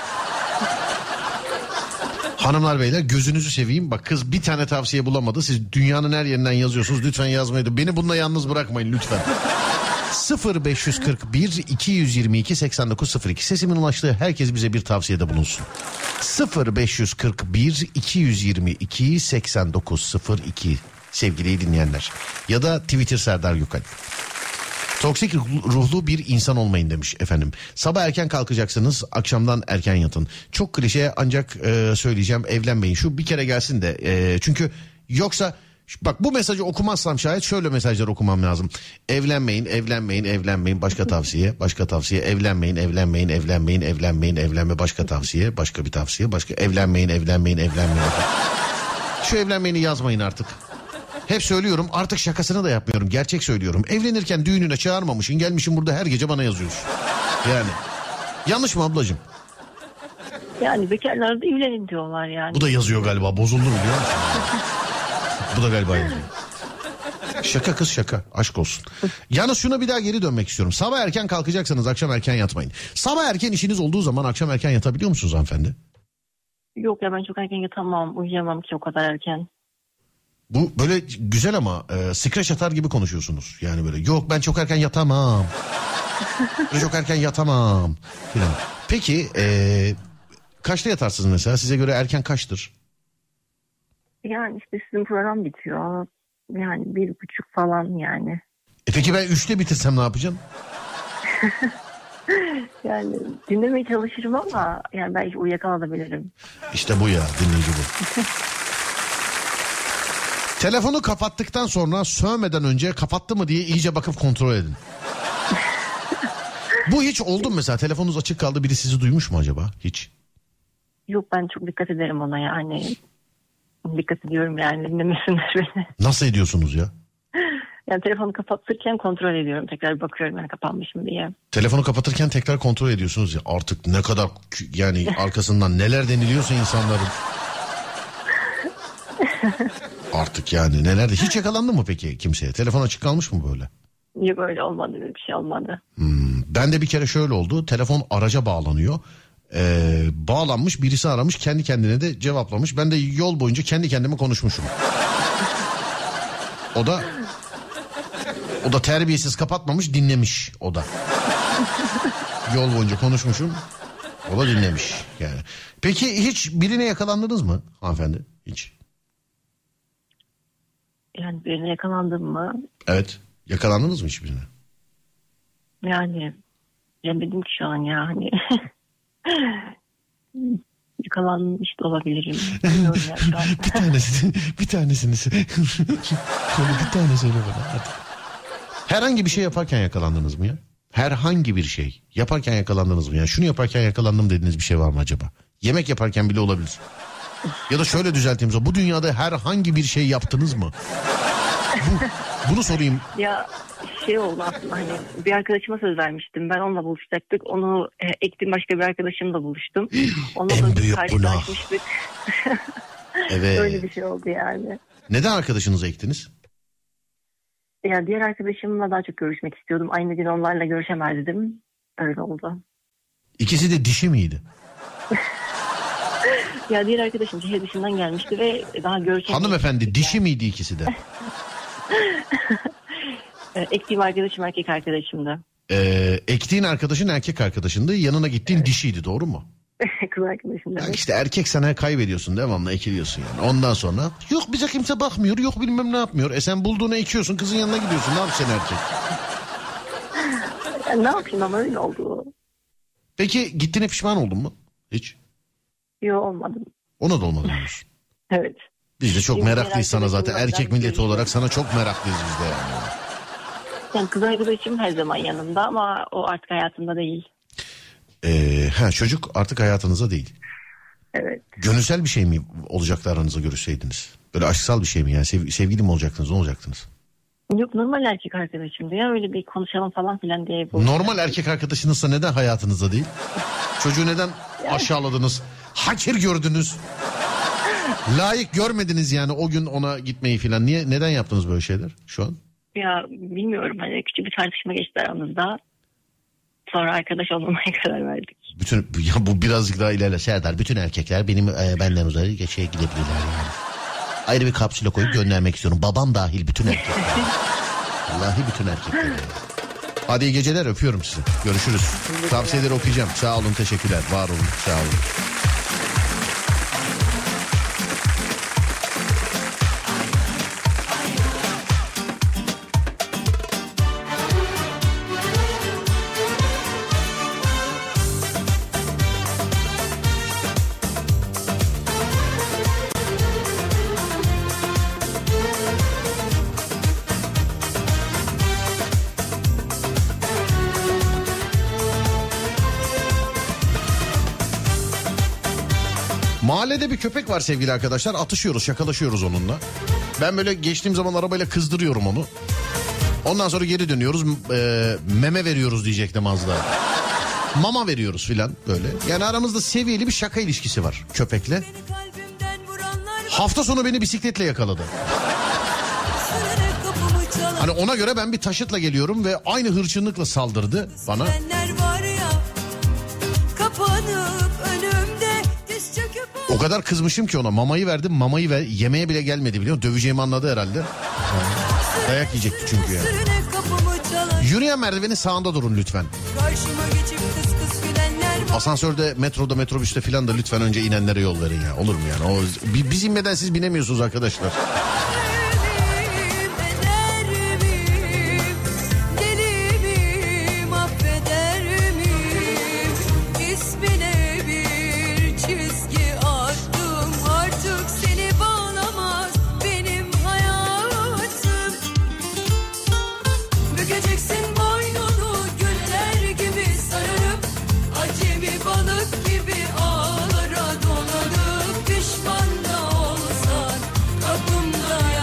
Hanımlar beyler, gözünüzü seveyim. Bak, kız bir tane tavsiye bulamadı. Siz dünyanın her yerinden yazıyorsunuz. Lütfen yazmayın da beni bununla yalnız bırakmayın lütfen. sıfır beş kırk bir iki yüz yirmi iki seksen dokuz sıfır iki sesimin ulaştığı herkes bize bir tavsiyede bulunsun. sıfır beş kırk bir iki yüz yirmi iki seksen dokuz sıfır iki sevgili dinleyenler. Ya da Twitter Serdar Gökalp. Toksik ruhlu bir insan olmayın demiş efendim. Sabah erken kalkacaksınız, akşamdan erken yatın. Çok klişe ancak e, söyleyeceğim, evlenmeyin. Şu bir kere gelsin de e, çünkü yoksa bak, bu mesajı okumazsam şayet şöyle mesajlar okumam lazım. Evlenmeyin, evlenmeyin, evlenmeyin, başka tavsiye, başka tavsiye, evlenmeyin, evlenmeyin, evlenmeyin, evlenmeyin, evlenme, başka tavsiye, başka bir tavsiye, başka evlenmeyin, evlenmeyin, evlenmeyin. Şu evlenmeyini yazmayın artık. Hep söylüyorum, artık şakasını da yapmıyorum, gerçek söylüyorum. Evlenirken düğününe çağırmamışsın, gelmişsin burada her gece bana yazıyorsun. Yani yanlış mı ablacığım? Yani bekarlar da evlenin diyorlar yani. Bu da yazıyor galiba, bozuldu biliyor musun? Bu da galiba yazıyor. Şaka kız, şaka, aşk olsun. Yalnız şuna bir daha geri dönmek istiyorum. Sabah erken kalkacaksınız, akşam erken yatmayın. Sabah erken işiniz olduğu zaman akşam erken yatabiliyor musunuz hanımefendi? Yok ya, ben çok erken yatamam, uyuyamam ki o kadar erken. Bu böyle güzel ama e, skreç atar gibi konuşuyorsunuz. Yani böyle yok ben çok erken yatamam. Böyle çok erken yatamam filan. Peki e, kaçta yatarsınız mesela? Size göre erken kaçtır? Yani işte sizin program bitiyor. Yani bir buçuk falan yani. E peki ben üçte bitirsem ne yapacağım? Yani dinlemeye çalışırım ama yani belki uyuyakalabilirim. İşte bu ya, dinleyici bu. Telefonu kapattıktan sonra sövmeden önce kapattı mı diye iyice bakıp kontrol edin. Bu hiç oldu mu mesela? Telefonunuz açık kaldı, biri sizi duymuş mu acaba? Hiç. Yok, ben çok dikkat ederim ona yani. Dikkat ediyorum yani, dinlemesinler beni. Nasıl ediyorsunuz ya? Yani telefonu kapatırken kontrol ediyorum. Tekrar bakıyorum yani kapanmış mı diye. Telefonu kapatırken tekrar kontrol ediyorsunuz ya. Artık ne kadar yani arkasından neler deniliyorsa insanların. Artık yani neler de. Hiç yakalandı mı peki kimseye? Telefon açık kalmış mı böyle? Yok, öyle olmadı, bir şey olmadı. Hmm, ben de bir kere şöyle oldu. Telefon araca bağlanıyor. Ee, bağlanmış, birisi aramış, kendi kendine de cevaplamış. Ben de yol boyunca kendi kendime konuşmuşum. O da o da terbiyesiz kapatmamış, dinlemiş o da. Yol boyunca konuşmuşum. O da dinlemiş yani. Peki hiç birine yakalandınız mı hanımefendi? Hiç. Yani birine yakalandım mı? Evet. Yakalandınız mı hiç birine? Yani bilemedim ki şu an ya hani. Yakalanmış da olabilirim. Bilmiyorum ya şu an. bir tanesini, bir tanesini söyle. bir tane söyle bana hadi. Herhangi bir şey yaparken yakalandınız mı ya? Herhangi bir şey yaparken yakalandınız mı ya? Şunu yaparken yakalandım dediğiniz bir şey var mı acaba? Yemek yaparken bile olabilir. Ya da şöyle düzelteyim. Bu dünyada herhangi bir şey yaptınız mı? Bu, bunu sorayım. Ya şey oldu aslında, hani bir arkadaşıma söz vermiştim. Ben onunla buluşacaktık. Onu e, ektim, başka bir arkadaşımla buluştum. Onunla En da büyük karşılaşmıştık. Evet. Öyle bir şey oldu yani. Neden arkadaşınızı ektiniz? Ya diğer arkadaşımla daha çok görüşmek istiyordum. Aynı gün onlarla görüşemezdim. Öyle oldu. İkisi de dişi miydi? Ya diğer arkadaşım şehir dışından gelmişti ve daha görüşememiştik. Hanımefendi dişi yani. Miydi ikisi de? Ektiğim arkadaşım erkek arkadaşımdı. Ee, ektiğin arkadaşın erkek arkadaşındı. Yanına gittiğin evet. Dişiydi, doğru mu? Kız arkadaşım. Ya işte erkek sana kaybediyorsun, devamlı ekiliyorsun yani. Ondan sonra yok bize kimse bakmıyor, yok bilmem ne yapmıyor. E sen bulduğunu ekiyorsun, kızın yanına gidiyorsun. Ne yapacaksın erkek? Ya ne yapayım ama öyle oldu. Peki gittiğine pişman oldun mu? Hiç. Yok, olmadım. Ona da olmadın diyorsun. Evet. Biz de çok Benim meraklıyız sana zaten. arkadaşım Erkek oradan milleti görüşüyor. olarak sana çok meraklıyız biz de yani. Yani kız arkadaşım her zaman yanımda ama o artık hayatımda değil. Ee, ha, çocuk artık hayatınızda değil. Evet. Gönülsel bir şey mi olacaktı aranızda görüşseydiniz? Böyle aşksal bir şey mi yani? Sev, sevgili mi olacaktınız? Ne olacaktınız? Yok, normal erkek arkadaşımdı ya, öyle bir konuşalım falan filan diye. Bu. Normal erkek arkadaşınızsa neden hayatınızda değil? Çocuğu neden aşağıladınız? Hakir gördünüz. Layık görmediniz yani o gün ona gitmeyi filan. Niye, neden yaptınız böyle şeyler şu an? Ya bilmiyorum, hani küçük bir tartışma geçti aramızda. Sonra arkadaş olmamaya karar verdik. Bütün ya bu birazcık daha ilerle. Serdar, bütün erkekler benim e, benden uzaya geçeye gidebilirler yani. Ayrı bir kapsüle koyup göndermek istiyorum. Babam dahil bütün erkekler. Vallahi bütün erkekler. Yani. Hadi iyi geceler, öpüyorum sizi. Görüşürüz. Tavsiyeleri okuyacağım. Sağ olun, teşekkürler. Var olun, sağ olun. Mahallede bir köpek var sevgili arkadaşlar. Atışıyoruz, şakalaşıyoruz onunla. Ben böyle geçtiğim zaman arabayla kızdırıyorum onu. Ondan sonra geri dönüyoruz. E, meme veriyoruz diyecektim az daha. Mama veriyoruz filan böyle. Yani aramızda seviyeli bir şaka ilişkisi var köpekle. Hafta sonu beni bisikletle yakaladı. Hani ona göre ben bir taşıtla geliyorum ve aynı hırçınlıkla saldırdı bana. O kadar kızmışım ki ona, mamayı verdim, mamayı ver, yemeğe bile gelmedi biliyor musun? Döveceğimi anladı herhalde. Yani dayak yiyecekti çünkü yani. Yürüyen merdivenin sağında durun lütfen. Asansörde, metroda, metrobüste filan da lütfen önce inenlere yol verin ya. Olur mu yani? O, biz inmeden siz binemiyorsunuz arkadaşlar. Ağlara dolanıp pişman da olsan kapımda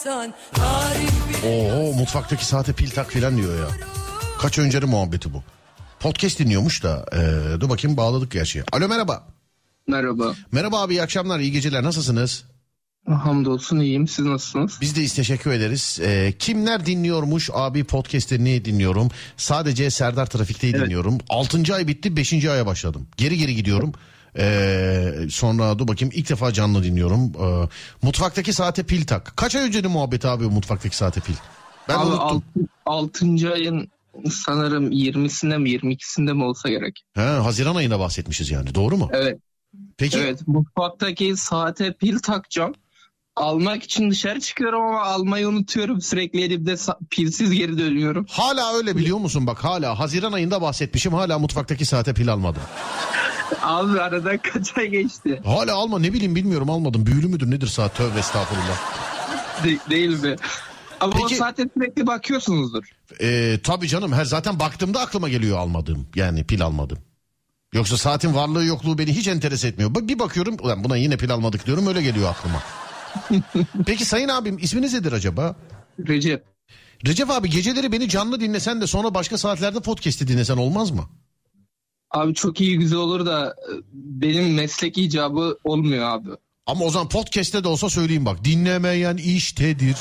baştan tarif bile Oo, mutfaktaki saate pil tak filan diyor ya. Kaç öncenin muhabbeti bu. Podcast dinliyormuş da. Ee, dur bakayım, bağladık gerçi. Alo, merhaba. Merhaba. Merhaba abi, iyi akşamlar, iyi geceler, nasılsınız? Hamdolsun iyiyim. Siz nasılsınız? Biz de teşekkür ederiz. Ee, kimler dinliyormuş abi podcastlerini dinliyorum. Sadece Serdar Trafik'teyi Evet. dinliyorum. altıncı ay bitti, beşinci aya başladım. Geri geri gidiyorum. Ee, sonra dur bakayım, ilk defa canlı dinliyorum. Ee, mutfaktaki saate pil tak. Kaç ay öncenin muhabbeti abi o mutfaktaki saate pil? Ben Abi unuttum. altı, altıncı ayın sanırım yirmisinde mi yirmi ikisinde mi olsa gerek. Ha, Haziran ayında bahsetmişiz yani, doğru mu? Evet. Peki Evet. Mutfaktaki saate pil takacağım. Almak için dışarı çıkıyorum ama almayı unutuyorum. Sürekli elimde sa- pilsiz geri dönüyorum. hala öyle, biliyor musun, bak hala Haziran ayında bahsetmişim, hala mutfaktaki saate pil almadım. Abi aradan kaç ay geçti? Hala alma, ne bileyim, bilmiyorum, almadım. Büyülü müdür nedir saat, tövbe estağfurullah. De- değil mi? Ama Peki- o saate sürekli bakıyorsunuzdur. Ee, tabii canım, her zaten baktığımda aklıma geliyor almadığım, yani pil almadım. Yoksa saatin varlığı yokluğu beni hiç enterese etmiyor. Bir bakıyorum, ulan buna yine pil almadık diyorum, öyle geliyor aklıma. Peki sayın abim, isminiz nedir acaba? Recep. Recep abi, geceleri beni canlı dinlesen de sonra başka saatlerde podcast'i dinlesen olmaz mı? Abi çok iyi güzel olur da benim meslek icabı olmuyor abi. Ama o zaman podcast'te de olsa söyleyeyim bak. Dinlemeyen iştedir.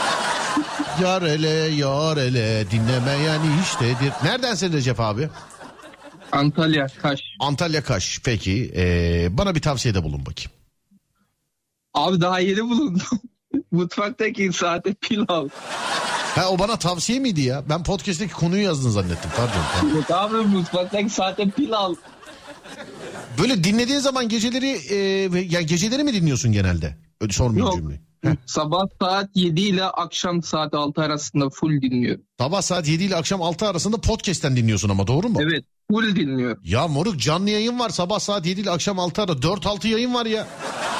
Yar ele yar ele dinlemeyen iştedir. Neredensin Recep abi? Antalya, Kaş. Antalya Kaş. Peki ee, bana bir tavsiyede bulun bakayım. Abi daha yeni bulundum. Mutfaktaki saate pil al. Ha, o bana tavsiye miydi ya? Ben podcast'teki konuyu yazdın zannettim. Pardon. pardon. Yok abi mutfaktaki saate pil al. Böyle dinlediğin zaman geceleri ee, yani geceleri mi dinliyorsun genelde? Öyle sormayayım Yok. cümleyi. Heh. Sabah saat yedi ile akşam saat altı arasında full dinliyorum. Sabah saat yedi ile akşam altı arasında podcast'ten dinliyorsun ama, doğru mu? Evet full dinliyorum. Ya moruk, canlı yayın var sabah saat yedi ile akşam altı arasında. dört altı yayın var ya.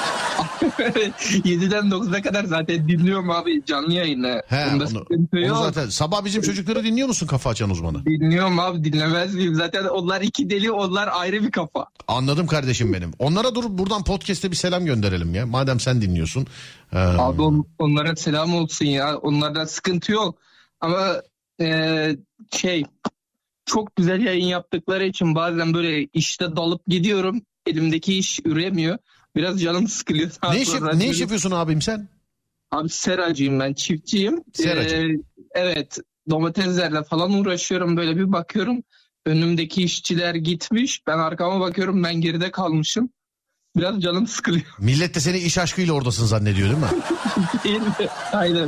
yediden dokuza kadar zaten dinliyorum abi canlı yayını. He, Bunda onu, sıkıntı onu yok. zaten sabah bizim çocukları dinliyor musun, Kafa Açan Uzmanı? Dinliyorum abi dinlemez miyim? Zaten onlar iki deli, onlar ayrı bir kafa. Anladım kardeşim benim. Onlara durup buradan podcast'te bir selam gönderelim ya. Madem sen dinliyorsun. Ee, Abi on- onlara selam olsun ya. Onlardan sıkıntı yok. Ama e, şey çok güzel yayın yaptıkları için bazen böyle işte dalıp gidiyorum. Elimdeki iş üremiyor. Biraz canım sıkılıyor. ne iş, yap- ne iş yapıyorsun abim sen? Abi seracıyım ben, çiftçiyim. Seracı. Ee, evet, domateslerle falan uğraşıyorum. Böyle bir bakıyorum. Önümdeki işçiler gitmiş. Ben arkama bakıyorum, ben geride kalmışım. Biraz canım sıkılıyor. Millet de seni iş aşkıyla oradasın zannediyor değil mi? Değil mi? Aynen.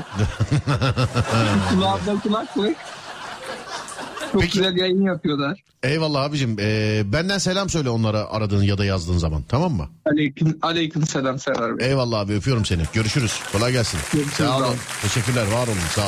Kulağımda kulaklık. Çok Peki- güzel yayın yapıyorlar. Eyvallah abicim. Ee, benden selam söyle onlara aradığın ya da yazdığın zaman, tamam mı? Aleyküm, aleyküm selam Sever Bey. Eyvallah abi, öpüyorum seni. Görüşürüz. Kolay gelsin. Görüşürüz Sağ olun. abi. Teşekkürler, var olun, sağ olun.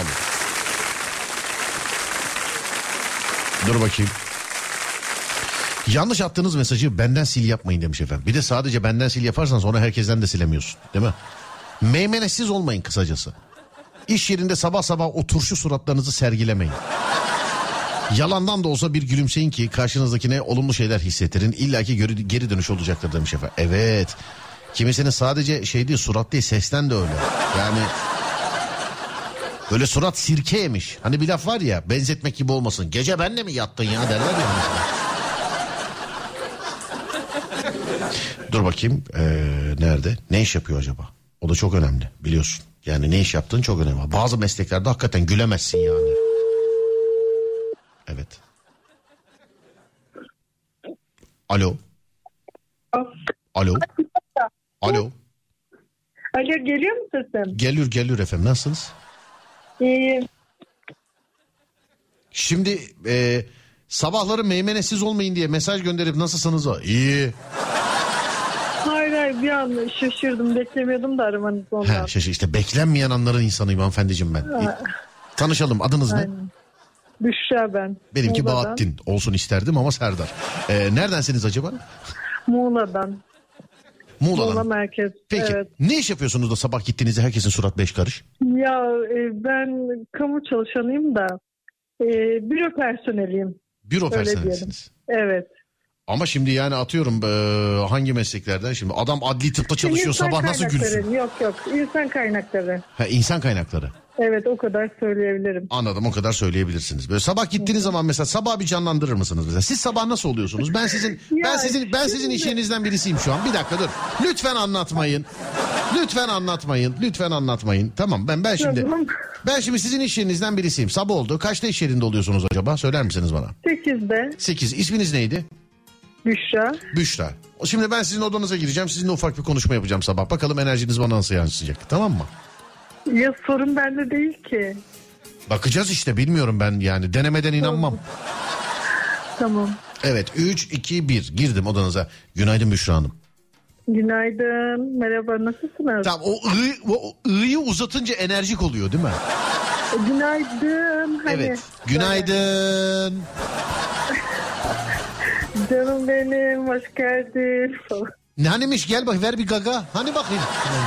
Dur bakayım. Yanlış attığınız mesajı benden sil yapmayın demiş efendim. Bir de sadece benden sil yaparsan sonra herkesten de silemiyorsun, değil mi? Meymenetsiz olmayın kısacası. İş yerinde sabah sabah o turşu suratlarınızı sergilemeyin. Yalandan da olsa bir gülümseyin ki karşınızdakine olumlu şeyler hissettirin. İlla ki geri, geri dönüş olacaktır demiş efendim. Evet. Kimisinin sadece şey değil, surat değil, sesten de öyle. Yani böyle surat sirke yemiş. Hani bir laf var ya, benzetmek gibi olmasın. Gece benle mi yattın ya derler ya mesela. Dur bakayım ee, nerede? Ne iş yapıyor acaba? O da çok önemli biliyorsun. Yani ne iş yaptığın çok önemli. Bazı mesleklerde hakikaten gülemezsin yani. Evet. Alo. Alo. Alo. Alo, geliyor mu sesim? Geliyor geliyor efendim, nasılsınız? İyi. Şimdi e, sabahları meymenesiz olmayın diye mesaj gönderip nasılsınız o? İyi. Hayır hayır, bir an şaşırdım, beklemiyordum da aramanızı ondan. He, şaşı işte beklenmeyen anların insanıyım hanımefendiciğim ben. Ha, Tanışalım, adınız ne? aynen. Büşra ben. Benimki Muğla'dan. Bahattin olsun isterdim ama Serdar. E, neredensiniz acaba? Muğla'dan. Muğla'dan. Muğla merkez. Peki Evet. ne iş yapıyorsunuz da sabah gittiğinizde herkesin surat beş karış? Ya e, ben kamu çalışanıyım da e, büro personeliyim. Büro Öyle personelisiniz. Evet. Ama şimdi yani atıyorum e, hangi mesleklerden şimdi adam adli tıpta çalışıyor İnsan sabah nasıl kaynakları. gülsün? Yok yok insan kaynakları. Ha, insan kaynakları. Evet o kadar söyleyebilirim. Anladım, o kadar söyleyebilirsiniz. Böyle sabah gittiğiniz zaman mesela sabah bir canlandırır mısınız mesela? Siz sabah nasıl oluyorsunuz? Ben sizin ben Ya sizin ben sizin şimdi- iş yerinizden birisiyim şu an. Bir dakika dur. Lütfen anlatmayın. Lütfen anlatmayın. Lütfen anlatmayın. Tamam ben ben şimdi Tamam. ben şimdi sizin iş yerinizden birisiyim. Sabah oldu. Kaçta iş yerinde oluyorsunuz acaba? Söyler misiniz bana? sekizde sekiz. İsminiz neydi? Büşra. Büşra. Şimdi ben sizin odanıza gireceğim. Sizinle ufak bir konuşma yapacağım sabah. Bakalım enerjiniz bana nasıl yansıyacak. Tamam mı? Ya sorun bende değil ki. Bakacağız işte, bilmiyorum ben yani. Denemeden inanmam. Tamam. Evet, üç, iki, bir. Girdim odanıza. Günaydın Büşra Hanım. Günaydın. Merhaba nasılsınız? Tamam, o ı, o ı'yı uzatınca enerjik oluyor değil mi? Günaydın. Hani, Evet. Günaydın. Canım benim hoş geldin falan. Ne hanimiş, gel bak ver bir gaga. Hani bakayım.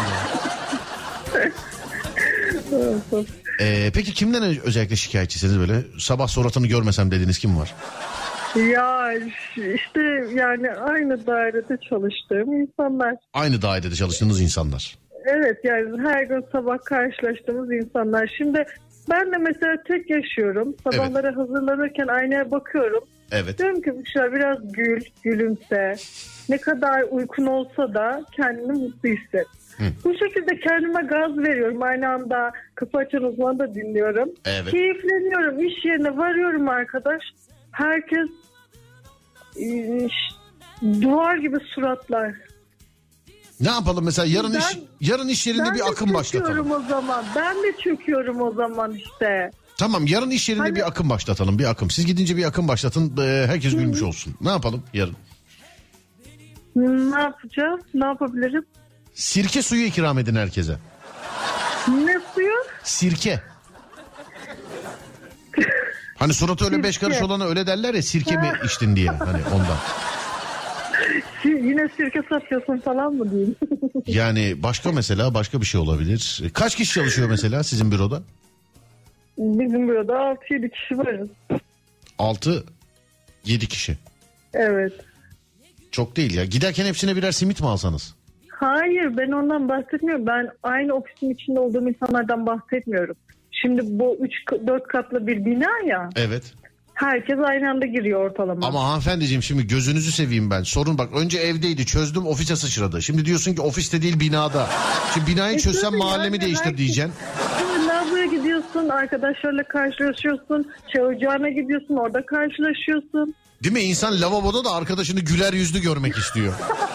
Ee, peki kimden özellikle şikayetçisiniz böyle? Sabah suratını görmesem dediğiniz kim var? Ya işte yani aynı dairede çalıştığım insanlar. Aynı dairede çalıştığınız insanlar. Evet yani her gün sabah karşılaştığımız insanlar. Şimdi ben de mesela tek yaşıyorum. Sabahlara hazırlanırken aynaya bakıyorum. Evet. Diyorum ki Büşra biraz gül, gülümse. Ne kadar uykun olsa da kendini mutlu hisset. Hı. Bu şekilde kendime gaz veriyorum. Aynı anda Kafa Açan Uzman'ı da dinliyorum. Evet. Keyifleniyorum. İş yerine varıyorum arkadaş. Herkes e, duvar gibi suratlar. Ne yapalım mesela yarın Ben- iş yarın iş yerinde Ben bir de akım başlatalım. çöküyorum o zaman. Ben de çöküyorum o zaman işte. Tamam, yarın iş yerinde Hani- bir akım başlatalım, bir akım. Siz gidince bir akım başlatın, e, herkes gülmüş olsun. Ne yapalım yarın? Ne yapacağım? Ne yapabilirim? Sirke suyu ikram edin herkese. Ne suyu? Sirke. Hani suratı öyle beş Sirke. karış olana öyle derler ya, sirke mi içtin diye, hani ondan. Yine sirke satıyorsun falan mı diyeyim? Yani başka mesela başka bir şey olabilir. Kaç kişi çalışıyor mesela sizin büroda? Bizim burada altı yedi kişi varız. altı yedi kişi. Evet. Çok değil ya. Giderken hepsine birer simit mi alsanız? Hayır ben ondan bahsetmiyorum. Ben aynı ofisin içinde olduğum insanlardan bahsetmiyorum. Şimdi bu üç dört katlı bir bina ya. Evet. Herkes aynı anda giriyor ortalama. Ama hanımefendiciğim şimdi gözünüzü seveyim ben. Sorun bak, önce evdeydi çözdüm, ofise sıçradı. Şimdi diyorsun ki ofiste değil binada. Şimdi binayı E çözsem tabii mahallemi yani değiştir herkes- diyeceksin. Şimdi lavaboya gidiyorsun, arkadaşlarla karşılaşıyorsun, çay ocağına gidiyorsun, orada karşılaşıyorsun. Değil mi? İnsan lavaboda da arkadaşını güler yüzlü görmek istiyor.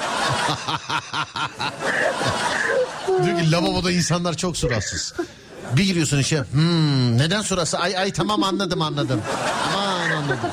Diyor ki lavaboda insanlar çok suratsız. Bir giriyorsun işe, hmm, neden surası? Ay ay tamam anladım anladım. Aman anladım.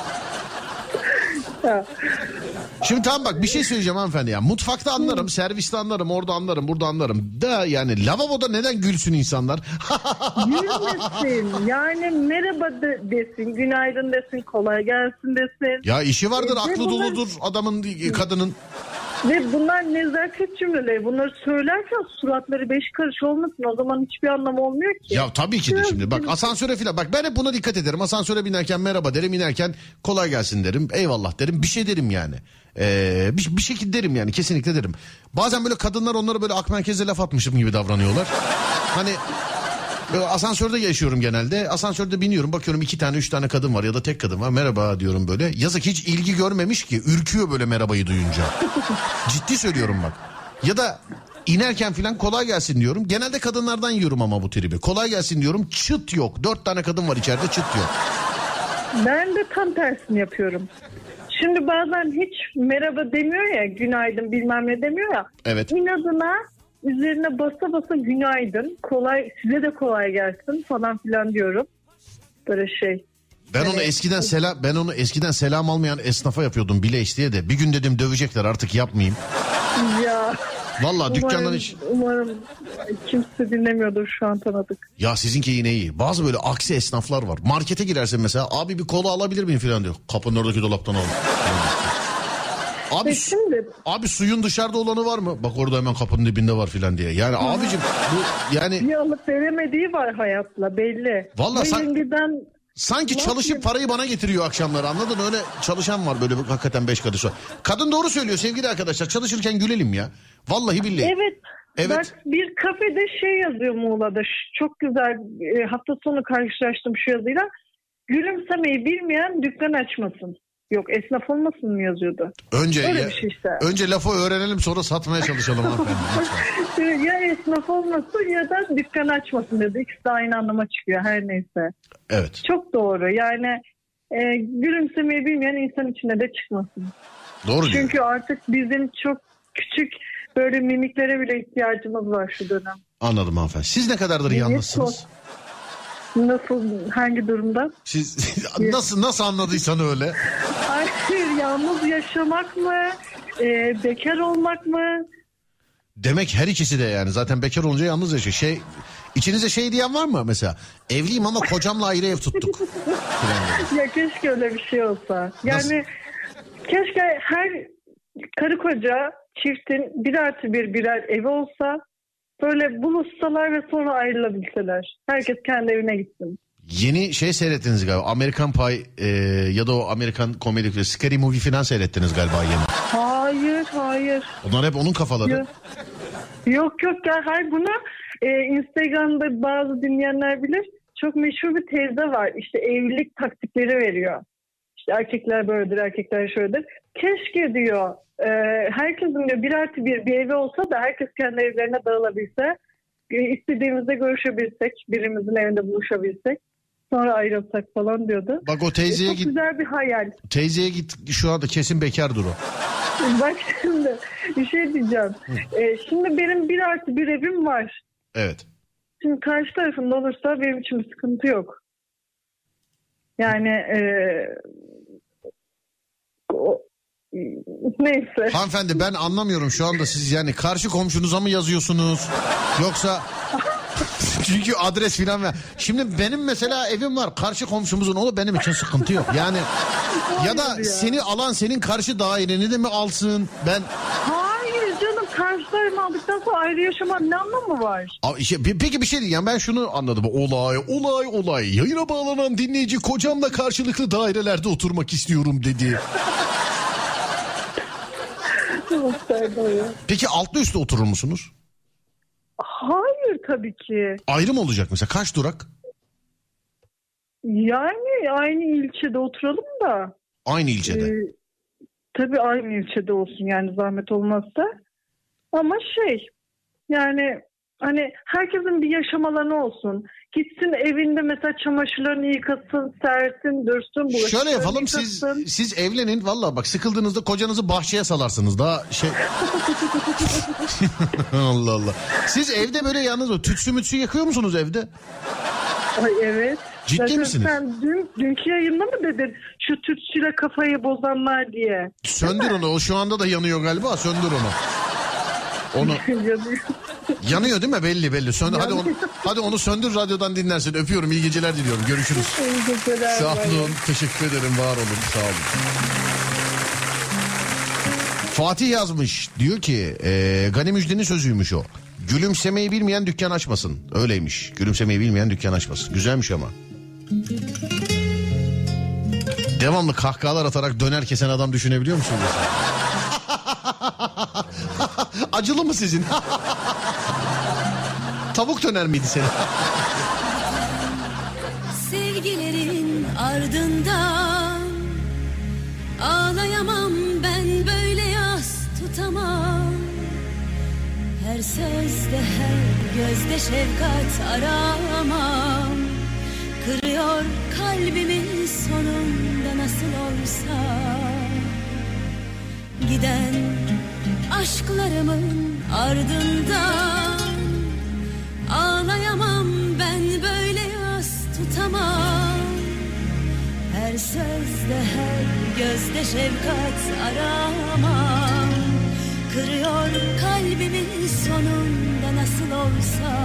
Şimdi tamam bak bir şey söyleyeceğim hanımefendi ya. Mutfakta anlarım, serviste anlarım, orada anlarım, burada anlarım. Da yani lavaboda neden gülsün insanlar? Gülmesin. Yani merhaba de, desin, günaydın desin, kolay gelsin desin. Ya işi vardır, E, aklı ve bunlar- doludur adamın, kadının. Ve bunlar nezaket cümleleri. Bunları söylerken suratları beş karış olmasın. O zaman hiçbir anlamı olmuyor ki. Ya tabii ki de şimdi bak asansöre filan bak ben hep buna dikkat ederim. Asansöre binerken merhaba derim, inerken kolay gelsin derim, eyvallah derim, bir şey derim yani. Ee, bir, bir şekilde derim yani, kesinlikle derim. Bazen böyle kadınlar onlara böyle ak merkezle laf atmışım gibi davranıyorlar. Hani böyle asansörde yaşıyorum genelde. Asansörde biniyorum, bakıyorum iki tane üç tane kadın var ya da tek kadın var, merhaba diyorum böyle. Yazık hiç ilgi görmemiş ki, ürküyor böyle merhabayı duyunca. Ciddi söylüyorum bak. Ya da inerken filan kolay gelsin diyorum. Genelde kadınlardan yiyorum ama bu tribi. Kolay gelsin diyorum, çıt yok. Dört tane kadın var içeride, çıt yok. Ben de tam tersini yapıyorum. Şimdi bazen hiç merhaba demiyor ya, günaydın bilmem ne demiyor ya. Evet. İnadına üzerine basa basa günaydın, kolay size de kolay gelsin falan filan diyorum. Böyle şey. Ben onu eskiden selam ben onu eskiden selam almayan esnafa yapıyordum bile isteye de. Bir gün dedim dövecekler, artık yapmayayım. Ya. Vallahi dükkandan Umarım, hiç. umarım kimse dinlemiyordur şu an, tanıdık. Ya sizinki yine iyi. Bazı böyle aksi esnaflar var. Markete girersin mesela, abi bir kola alabilir miyim filan diyor. Kapının oradaki dolaptan al. Abi, Ve şimdi abi suyun dışarıda olanı var mı? Bak orada hemen kapının dibinde var filan diye. Yani abicim bu yani. bir alıp veremediği var hayatla belli. Vallahi Ve sen- yengeden Sanki çalışıp parayı bana getiriyor akşamları, anladın? Öyle çalışan var böyle hakikaten beş kardeş var. Kadın doğru söylüyor sevgili arkadaşlar, çalışırken gülelim ya. Vallahi billahi. Evet. Evet. Bak bir kafede şey yazıyor Muğla'da. Çok güzel, e, hafta sonu karşılaştım şu yazıyla. Gülümsemeyi bilmeyen dükkan açmasın. Yok, esnaf olmasın mı yazıyordu. Önce Öyle ya, bir şey işte. Önce lafı öğrenelim, sonra satmaya çalışalım hanımefendi. Ya esnaf olmasın ya da dükkan açmasın dedi. İkisi de aynı anlama çıkıyor her neyse. Evet. Çok doğru. Yani e, gülümsemeyi bilmeyen insan içine de çıkmasın. Doğru diyor. Çünkü artık bizim çok küçük böyle mimiklere bile ihtiyacımız var şu dönem. Anladım hanımefendi. Siz ne kadardır Mimik yalnızsınız? Nasıl, hangi durumda? Siz nasıl nasıl anladıysan öyle. Hayır, yalnız yaşamak mı? E, bekar olmak mı? Demek her ikisi de yani. Zaten bekar olunca yalnız yaşıyor. Şey, içinize şey diyen var mı mesela? Evliyim ama kocamla ayrı ev tuttuk. Ya keşke öyle bir şey olsa. Yani Nasıl? keşke her karı koca çiftin bir artı bir birer evi olsa, böyle buluşsalar ve sonra ayrılabilseler. Herkes kendi evine gitsin. Yeni şey seyrettiniz galiba. Amerikan Pie e, ya da o Amerikan komedi Scary Movie falan seyrettiniz galiba yeni. Hayır, hayır. Onlar hep onun kafaları. Yok yok, yok ya. Hayır, bunu e, Instagram'da bazı dinleyenler bilir. Çok meşhur bir teyze var. İşte evlilik taktikleri veriyor. İşte erkekler böyledir, erkekler şöyledir. Keşke diyor e, herkesin diyor bir artı bir bir evi olsa da herkes kendi evlerine dağılabilse. E, istediğimizde görüşebilsek, birimizin evinde buluşabilsek. Sonra ayrılsak falan diyordu. Bak o teyzeye Çok git. güzel bir hayal. Teyzeye git, şu anda kesin bekardır o. Bak şimdi bir şey diyeceğim. Ee, şimdi benim bir artı bir evim var. Evet. Şimdi karşı tarafında olursa benim için bir sıkıntı yok. Yani e, o, neyse. Hanımefendi ben anlamıyorum şu anda, siz yani karşı komşunuza mı yazıyorsunuz? Yoksa... Çünkü adres filan ver. Şimdi benim mesela evim var. Karşı komşumuzun oğlu, benim için sıkıntı yok. Yani ya da ya. Seni alan senin karşı daireni de mi alsın? Ben Hayır canım, karşılarımı aldıktan sonra ayrı yaşamanın ne anlamı var? Işte, peki bir şey diyeyim, ben şunu anladım. Olay olay olay. Yayına bağlanan dinleyici kocamla karşılıklı dairelerde oturmak istiyorum dedi. Peki altlı üstte oturur musunuz? Hayır tabii ki. Ayrı mı olacak mesela? Kaç durak? Yani aynı ilçede oturalım da. Aynı ilçede. Ee, tabii aynı ilçede olsun yani, zahmet olmazsa. Ama şey yani hani herkesin bir yaşam alanı olsun. Gitsin evinde mesela çamaşırlarını yıkasın, sersin, dürsün. Şöyle yapalım, siz siz evlenin. Vallahi bak, sıkıldığınızda kocanızı bahçeye salarsınız. Daha şey... Allah Allah. Siz evde böyle yalnız o tütsü mütsü yakıyor musunuz evde? Ay evet. Ciddi Zaten misiniz? Sen dün, dünkü yayında mı dedin şu tütsüyle kafayı bozanlar diye? Söndür onu. O şu anda da yanıyor galiba. Söndür onu. Onu yanıyor değil mi? Belli belli. Söndür. Hadi onu, hadi onu söndür, radyodan dinlersin. Öpüyorum. İyi geceler diliyorum. Görüşürüz. İyi geceler. Sağ olun. Teşekkür ederim. Var olun. Sağ olun. Fatih yazmış. Diyor ki e, Gani Müjde'nin sözüymüş o. Gülümsemeyi bilmeyen dükkan açmasın. Öyleymiş. Gülümsemeyi bilmeyen dükkan açmasın. Güzelmiş ama. Devamlı kahkahalar atarak döner kesen adam düşünebiliyor musunuz? Acılı mı sizin? Tavuk döner miydi senin? Sevgilerin ardından ağlayamam ben, böyle yas tutamam. Her sözde her gözde şefkat aramam. Kırıyor kalbimi sonunda nasıl olsa. Giden aşklarımın ardından ağlayamam ben, böyle yas tutamam. Her sözde her gözde şefkat aramam. Kırıyor kalbimi sonunda nasıl olsa.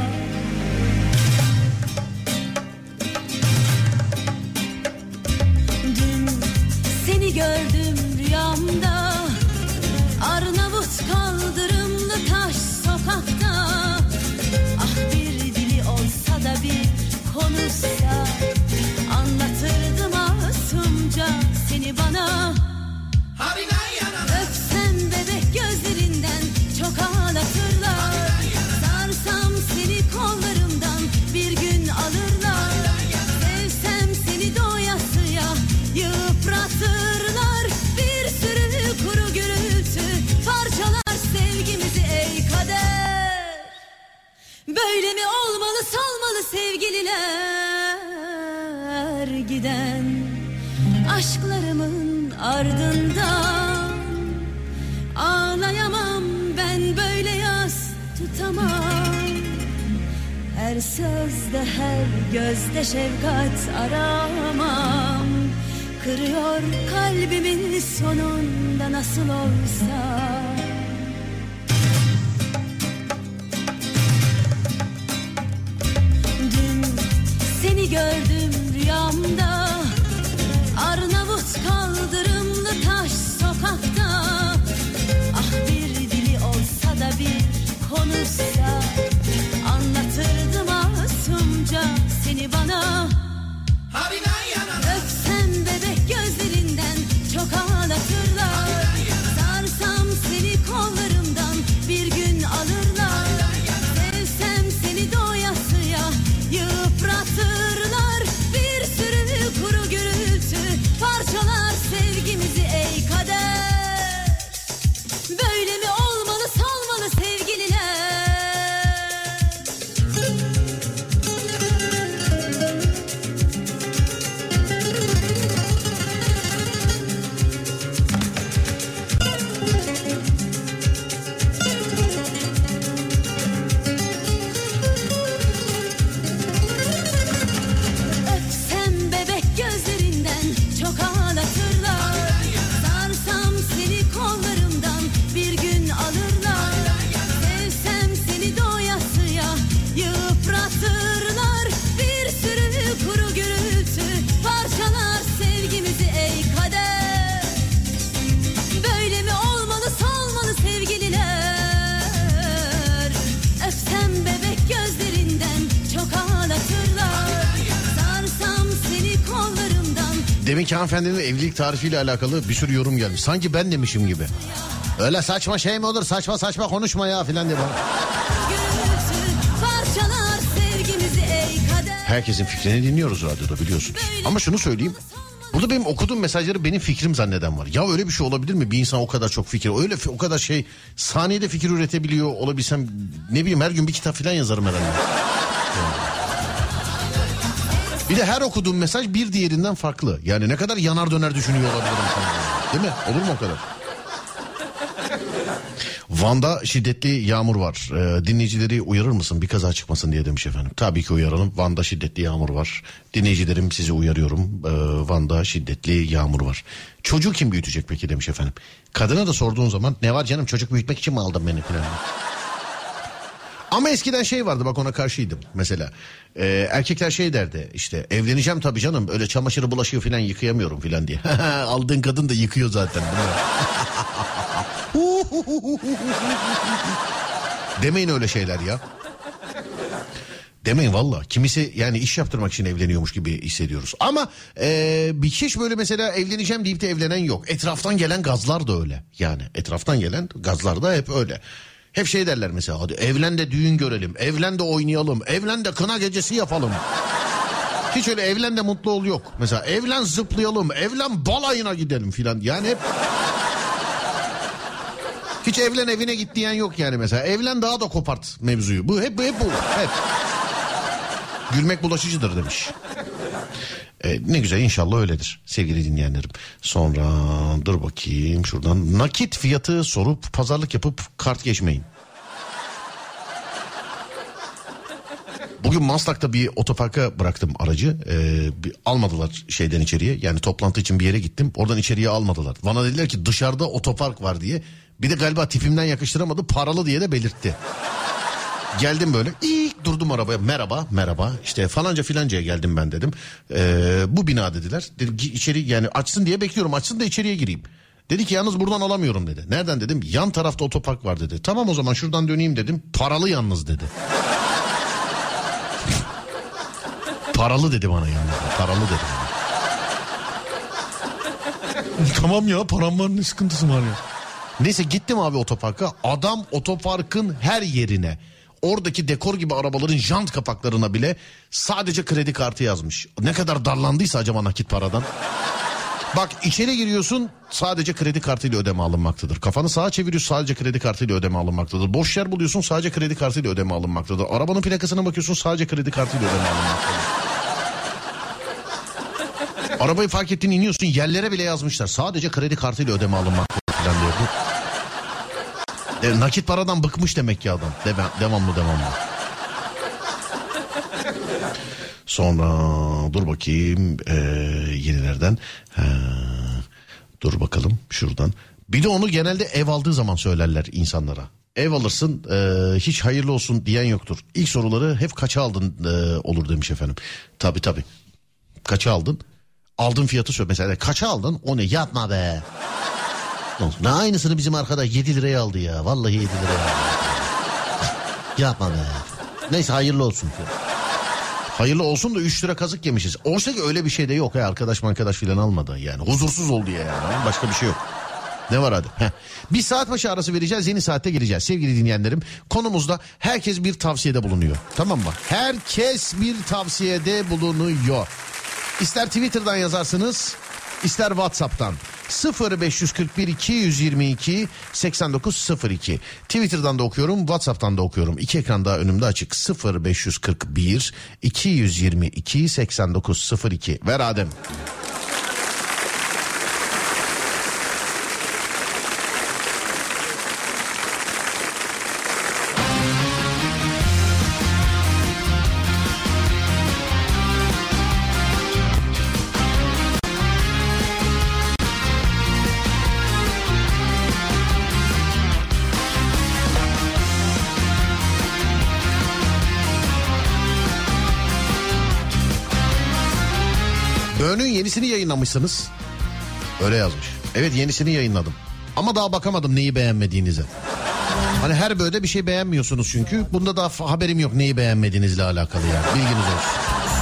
Dün seni gördüm rüyamda, Arnavut kaldırımlı taş sokakta. Ah bir dili olsa da bir konuşsa seni bana. Öpsem bebek gözlerinden çok ağlatırlar. Sarsam seni kollarımdan bir gün alırlar. Sevsem seni doyasıya yıpratırlar. Bir sürü kuru gürültü parçalar sevgimizi ey kader. Böyle mi olmalı salmalı sevgililer giden aşklarımın ardından. Ağlayamam ben böyle yas tutamam. Her sözde her gözde şefkat aramam. Kırıyor kalbimin sonunda nasıl olsa. Dün seni gördüm rüyamda. Arnavut kaldırımlı taş sokakta. Ah bir dili olsa da bir konuşsa. Anlatırdım masumca seni bana. Öpsem bebek gözlerinden çok ağlatırlar. Sarsam seni kollarımdan bir gün alırlar. Sevsem seni doyasıya yıpratırlar. Bir sürü kuru gürültü parçalar sevgimizi ey kader. Böyle mi olmalı salmalı sevgililer. Öpsem bebek gözlerinden çok ağlatırlar. Sarsam seni kollarımdan bir gün alırlar. Sevsem seni doyasıya yıpratırlar. Bir sürü kuru gürültü parçalar sevgimizi ey kader. Böyle mi olmalı salmalı sevgililer. Öpsem bebek gözlerinden çok ağlatırlar. Sarsam seni kollarımdan. Deminki hanımefendinin evlilik tarifiyle alakalı bir sürü yorum gelmiş. Sanki ben demişim gibi. Öyle saçma şey mi olur, saçma saçma konuşma ya filan diye bana. Gürültü parçalar sevgimizi ey kader. Herkesin fikrini dinliyoruz radyoda biliyorsunuz. Ama şunu söyleyeyim. Burada benim okuduğum mesajları benim fikrim zanneden var. Ya öyle bir şey olabilir mi? Bir insan o kadar çok fikir, öyle o kadar şey saniyede fikir üretebiliyor olabilsem ne bileyim her gün bir kitap falan yazarım herhalde. Yani. Bir de her okuduğum mesaj bir diğerinden farklı. Yani ne kadar yanar döner düşünüyor olabilirim sanırım. Değil mi? Olur mu o kadar? Van'da şiddetli yağmur var. Ee, dinleyicileri uyarır mısın bir kaza çıkmasın diye demiş efendim. Tabii ki uyaralım. Van'da şiddetli yağmur var. Dinleyicilerim sizi uyarıyorum. Ee, Van'da şiddetli yağmur var. Çocuğu kim büyütecek peki demiş efendim. Kadına da sorduğun zaman ne var canım çocuk büyütmek için mi aldın beni falan. Ama eskiden şey vardı bak ona karşıydım mesela. Ee, erkekler şey derdi işte evleneceğim tabii canım öyle çamaşırı bulaşığı falan yıkayamıyorum falan diye. Aldığın kadın da yıkıyor zaten. Demeyin öyle şeyler ya. Demeyin valla. Kimisi yani iş yaptırmak için evleniyormuş gibi hissediyoruz. Ama e, bir hiç böyle mesela evleneceğim deyip de evlenen yok. Etraftan gelen gazlar da öyle. Yani etraftan gelen gazlar da hep öyle. Hep şey derler mesela hadi evlen de düğün görelim. Evlen de oynayalım. Evlen de kına gecesi yapalım. Hiç öyle evlen de mutlu ol yok. Mesela evlen zıplayalım. Evlen balayına gidelim filan. Yani hep... Hiç evlen evine git diyen yok yani mesela. Evlen daha da kopart mevzuyu. Bu hep, hep bu. Hep. Gülmek bulaşıcıdır demiş. Ee, ne güzel inşallah öyledir sevgili dinleyenlerim. Sonra dur bakayım şuradan. Nakit fiyatı sorup pazarlık yapıp kart geçmeyin. Bugün Maslak'ta bir otoparka bıraktım aracı. Ee, bir, almadılar şeyden içeriye. Yani toplantı için bir yere gittim. Oradan içeriye almadılar. Bana dediler ki dışarıda otopark var diye. Bir de galiba tipimden yakıştıramadı. Paralı diye de belirtti. Geldim böyle ilk durdum arabaya merhaba merhaba işte falanca filancaya geldim ben dedim. Ee, bu bina dediler. Dedim içeri yani açsın diye bekliyorum açsın da içeriye gireyim. Dedi ki yalnız buradan alamıyorum dedi. Nereden dedim yan tarafta otopark var dedi. Tamam o zaman şuradan döneyim dedim. Paralı yalnız dedi. Paralı dedi bana yalnız. Paralı dedi. Tamam ya, param var, ne sıkıntısı var ya. Neyse gittim abi otoparka. Adam otoparkın her yerine, oradaki dekor gibi arabaların jant kapaklarına bile sadece kredi kartı yazmış. Ne kadar darlandıysa acaba nakit paradan. Bak içeri giriyorsun, sadece kredi kartıyla ödeme alınmaktadır. Kafanı sağa çeviriyorsun, sadece kredi kartıyla ödeme alınmaktadır. Boş yer buluyorsun, sadece kredi kartıyla ödeme alınmaktadır. Arabanın plakasına bakıyorsun, sadece kredi kartıyla ödeme alınmaktadır. Arabayı fark ettin, iniyorsun, yerlere bile yazmışlar. Sadece kredi kartıyla ödeme alınmaktadır falan diyor. E, nakit paradan bıkmış demek ki adam. De, devamlı devamlı. Sonra dur bakayım ee, yenilerden. Ha, dur bakalım şuradan. Bir de onu genelde ev aldığı zaman söylerler insanlara. Ev alırsın ee, hiç hayırlı olsun diyen yoktur. İlk soruları hep kaça aldın ee, olur demiş efendim. Tabii tabii. Kaça aldın? Aldığın fiyatı söyle. Mesela kaça aldın? O ne? Yapma be. Ne aynısını bizim arkadaş yedi liraya aldı ya. Vallahi yedi liraya aldı. Yapma be. Neyse hayırlı olsun. Hayırlı olsun da üç lira kazık yemişiz. Oysa ki öyle bir şey de yok. Ya. Arkadaş arkadaş filan almadı yani. Huzursuz oldu ya yani. Başka bir şey yok. Ne var hadi? Heh. Bir saat başı arası vereceğiz. Yeni saatte geleceğiz. Sevgili dinleyenlerim, konumuzda herkes bir tavsiyede bulunuyor. Tamam mı? Herkes bir tavsiyede bulunuyor. İster Twitter'dan yazarsınız, ister WhatsApp'tan. sıfır beş kırk bir iki yüz yirmi iki seksen dokuz sıfır iki. Twitter'dan da okuyorum, WhatsApp'tan da okuyorum. İki ekran daha önümde açık. sıfır beş kırk bir iki yüz yirmi iki seksen dokuz sıfır iki. Ver Adem. Böğünün yenisini yayınlamışsınız. Öyle yazmış. Evet, yenisini yayınladım. Ama daha bakamadım neyi beğenmediğinize. Hani her böğde bir şey beğenmiyorsunuz çünkü. Bunda daha haberim yok neyi beğenmediğinizle alakalı yani. Bilginiz olsun.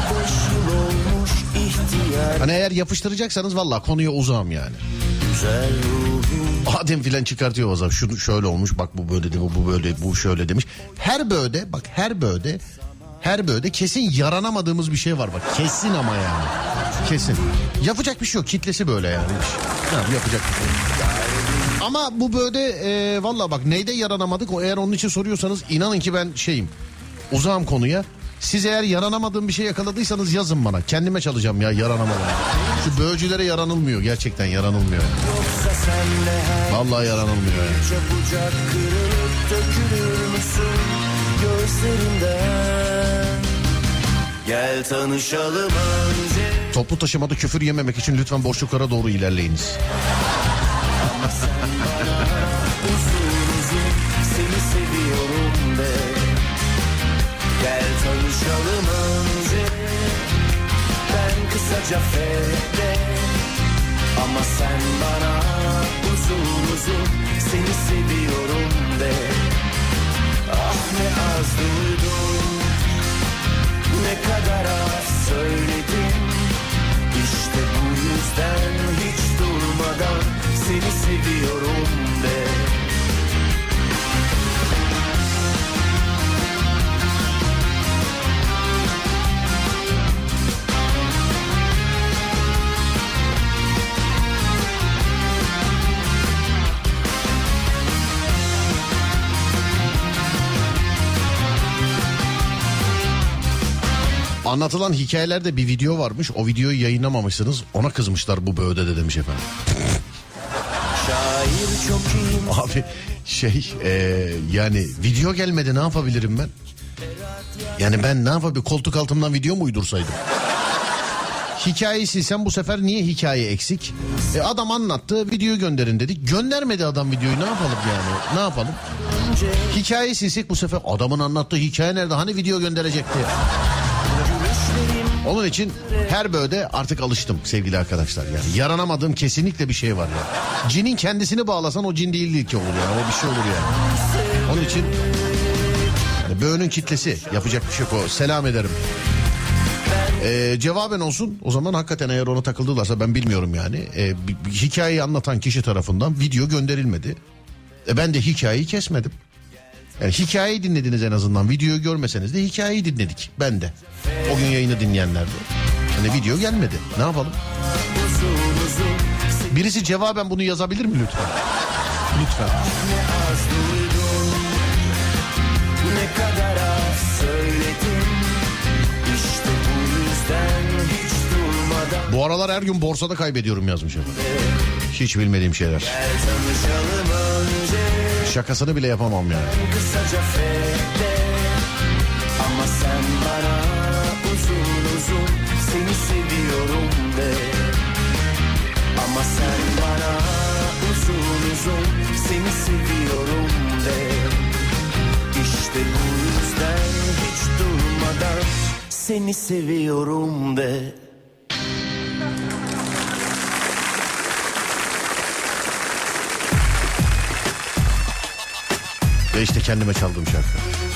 Hani eğer yapıştıracaksanız vallahi konuya uzağım yani. Adem filan çıkartıyor o zaman. Şu şöyle olmuş, bak bu böyle, bu, bu böyle, bu şöyle demiş. Her böğde, bak her böğde, her böğde kesin yaranamadığımız bir şey var bak. Kesin ama yani. Kesin. Yapacak bir şey yok. Kitlesi böyle yani. Tamam, yapacak bir şey yok. Ama bu böyle e, valla bak neyde yaranamadık, o eğer onun için soruyorsanız inanın ki ben şeyim. Uzağım konuya. Siz eğer yaranamadığım bir şey yakaladıysanız yazın bana. Kendime çalacağım ya, yaranamadım. Şu böğcülere yaranılmıyor. Gerçekten yaranılmıyor. Vallahi yaranılmıyor yani. Gel tanışalım önce. Toplu taşımada küfür yememek için lütfen boşluklara doğru ilerleyiniz. Uzun uzun seni seviyorum de. Gel tanışalım önce. Ben kısaca fevde. Ama sen bana uzun uzun seni seviyorum de. Ah ne az duydum, ne kadar az söyledim. İşte bu yüzden hiç durmadan seni seviyorum de. Anlatılan hikayelerde bir video varmış. O videoyu yayınlamamışsınız. Ona kızmışlar bu böğde de demiş efendim. Şair çok iyi. Abi şey e, yani video gelmedi, ne yapabilirim ben? Yani ben ne yapabilirim? Koltuk altımdan video mu uydursaydım? Hikayeyi silsem bu sefer niye hikaye eksik? E, adam anlattı, video gönderin dedik. Göndermedi adam videoyu, ne yapalım yani? Ne yapalım? Hikayeyi silsek bu sefer adamın anlattığı hikaye nerede? Hani video gönderecekti? Onun için her böğde artık alıştım sevgili arkadaşlar. Yani yaranamadığım kesinlikle bir şey var ya. Cinin kendisini bağlasan o cin değildi ki olur yani. O bir şey olur yani. Onun için yani böğünün kitlesi, yapacak bir şey yok o. Selam ederim. Ee, cevaben olsun o zaman, hakikaten eğer ona takıldılarsa, ben bilmiyorum yani. Ee, bir, bir hikayeyi anlatan kişi tarafından video gönderilmedi. E, ben de hikayeyi kesmedim. Yani hikayeyi dinlediniz en azından. Videoyu görmeseniz de hikayeyi dinledik. Ben de. O gün yayını dinleyenler de. Hani video gelmedi. Ne yapalım? Birisi cevaben bunu yazabilir mi lütfen? Lütfen. Ne kadar az söyledim. İşte bu yüzden hiç durmadan. Bu aralar her gün borsada kaybediyorum yazmış efendim. Hiç bilmediğim şeyler. Gel tanışalım önce. Şakasını bile yapamam yani. Kısaca fede. Ama sen bana uzun uzun seni seviyorum de. Ama sen bana uzun uzun seni seviyorum de. İşte bu yüzden hiç durmadan seni seviyorum de. Ve işte kendime çaldığım şarkı.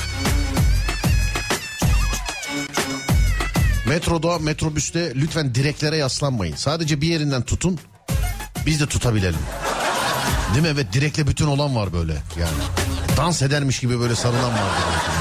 Metroda, metrobüste lütfen direklere yaslanmayın. Sadece bir yerinden tutun. Biz de tutabilelim. Değil mi? Evet, direkle bütün olan var böyle yani. Dans edermiş gibi böyle sarılan var.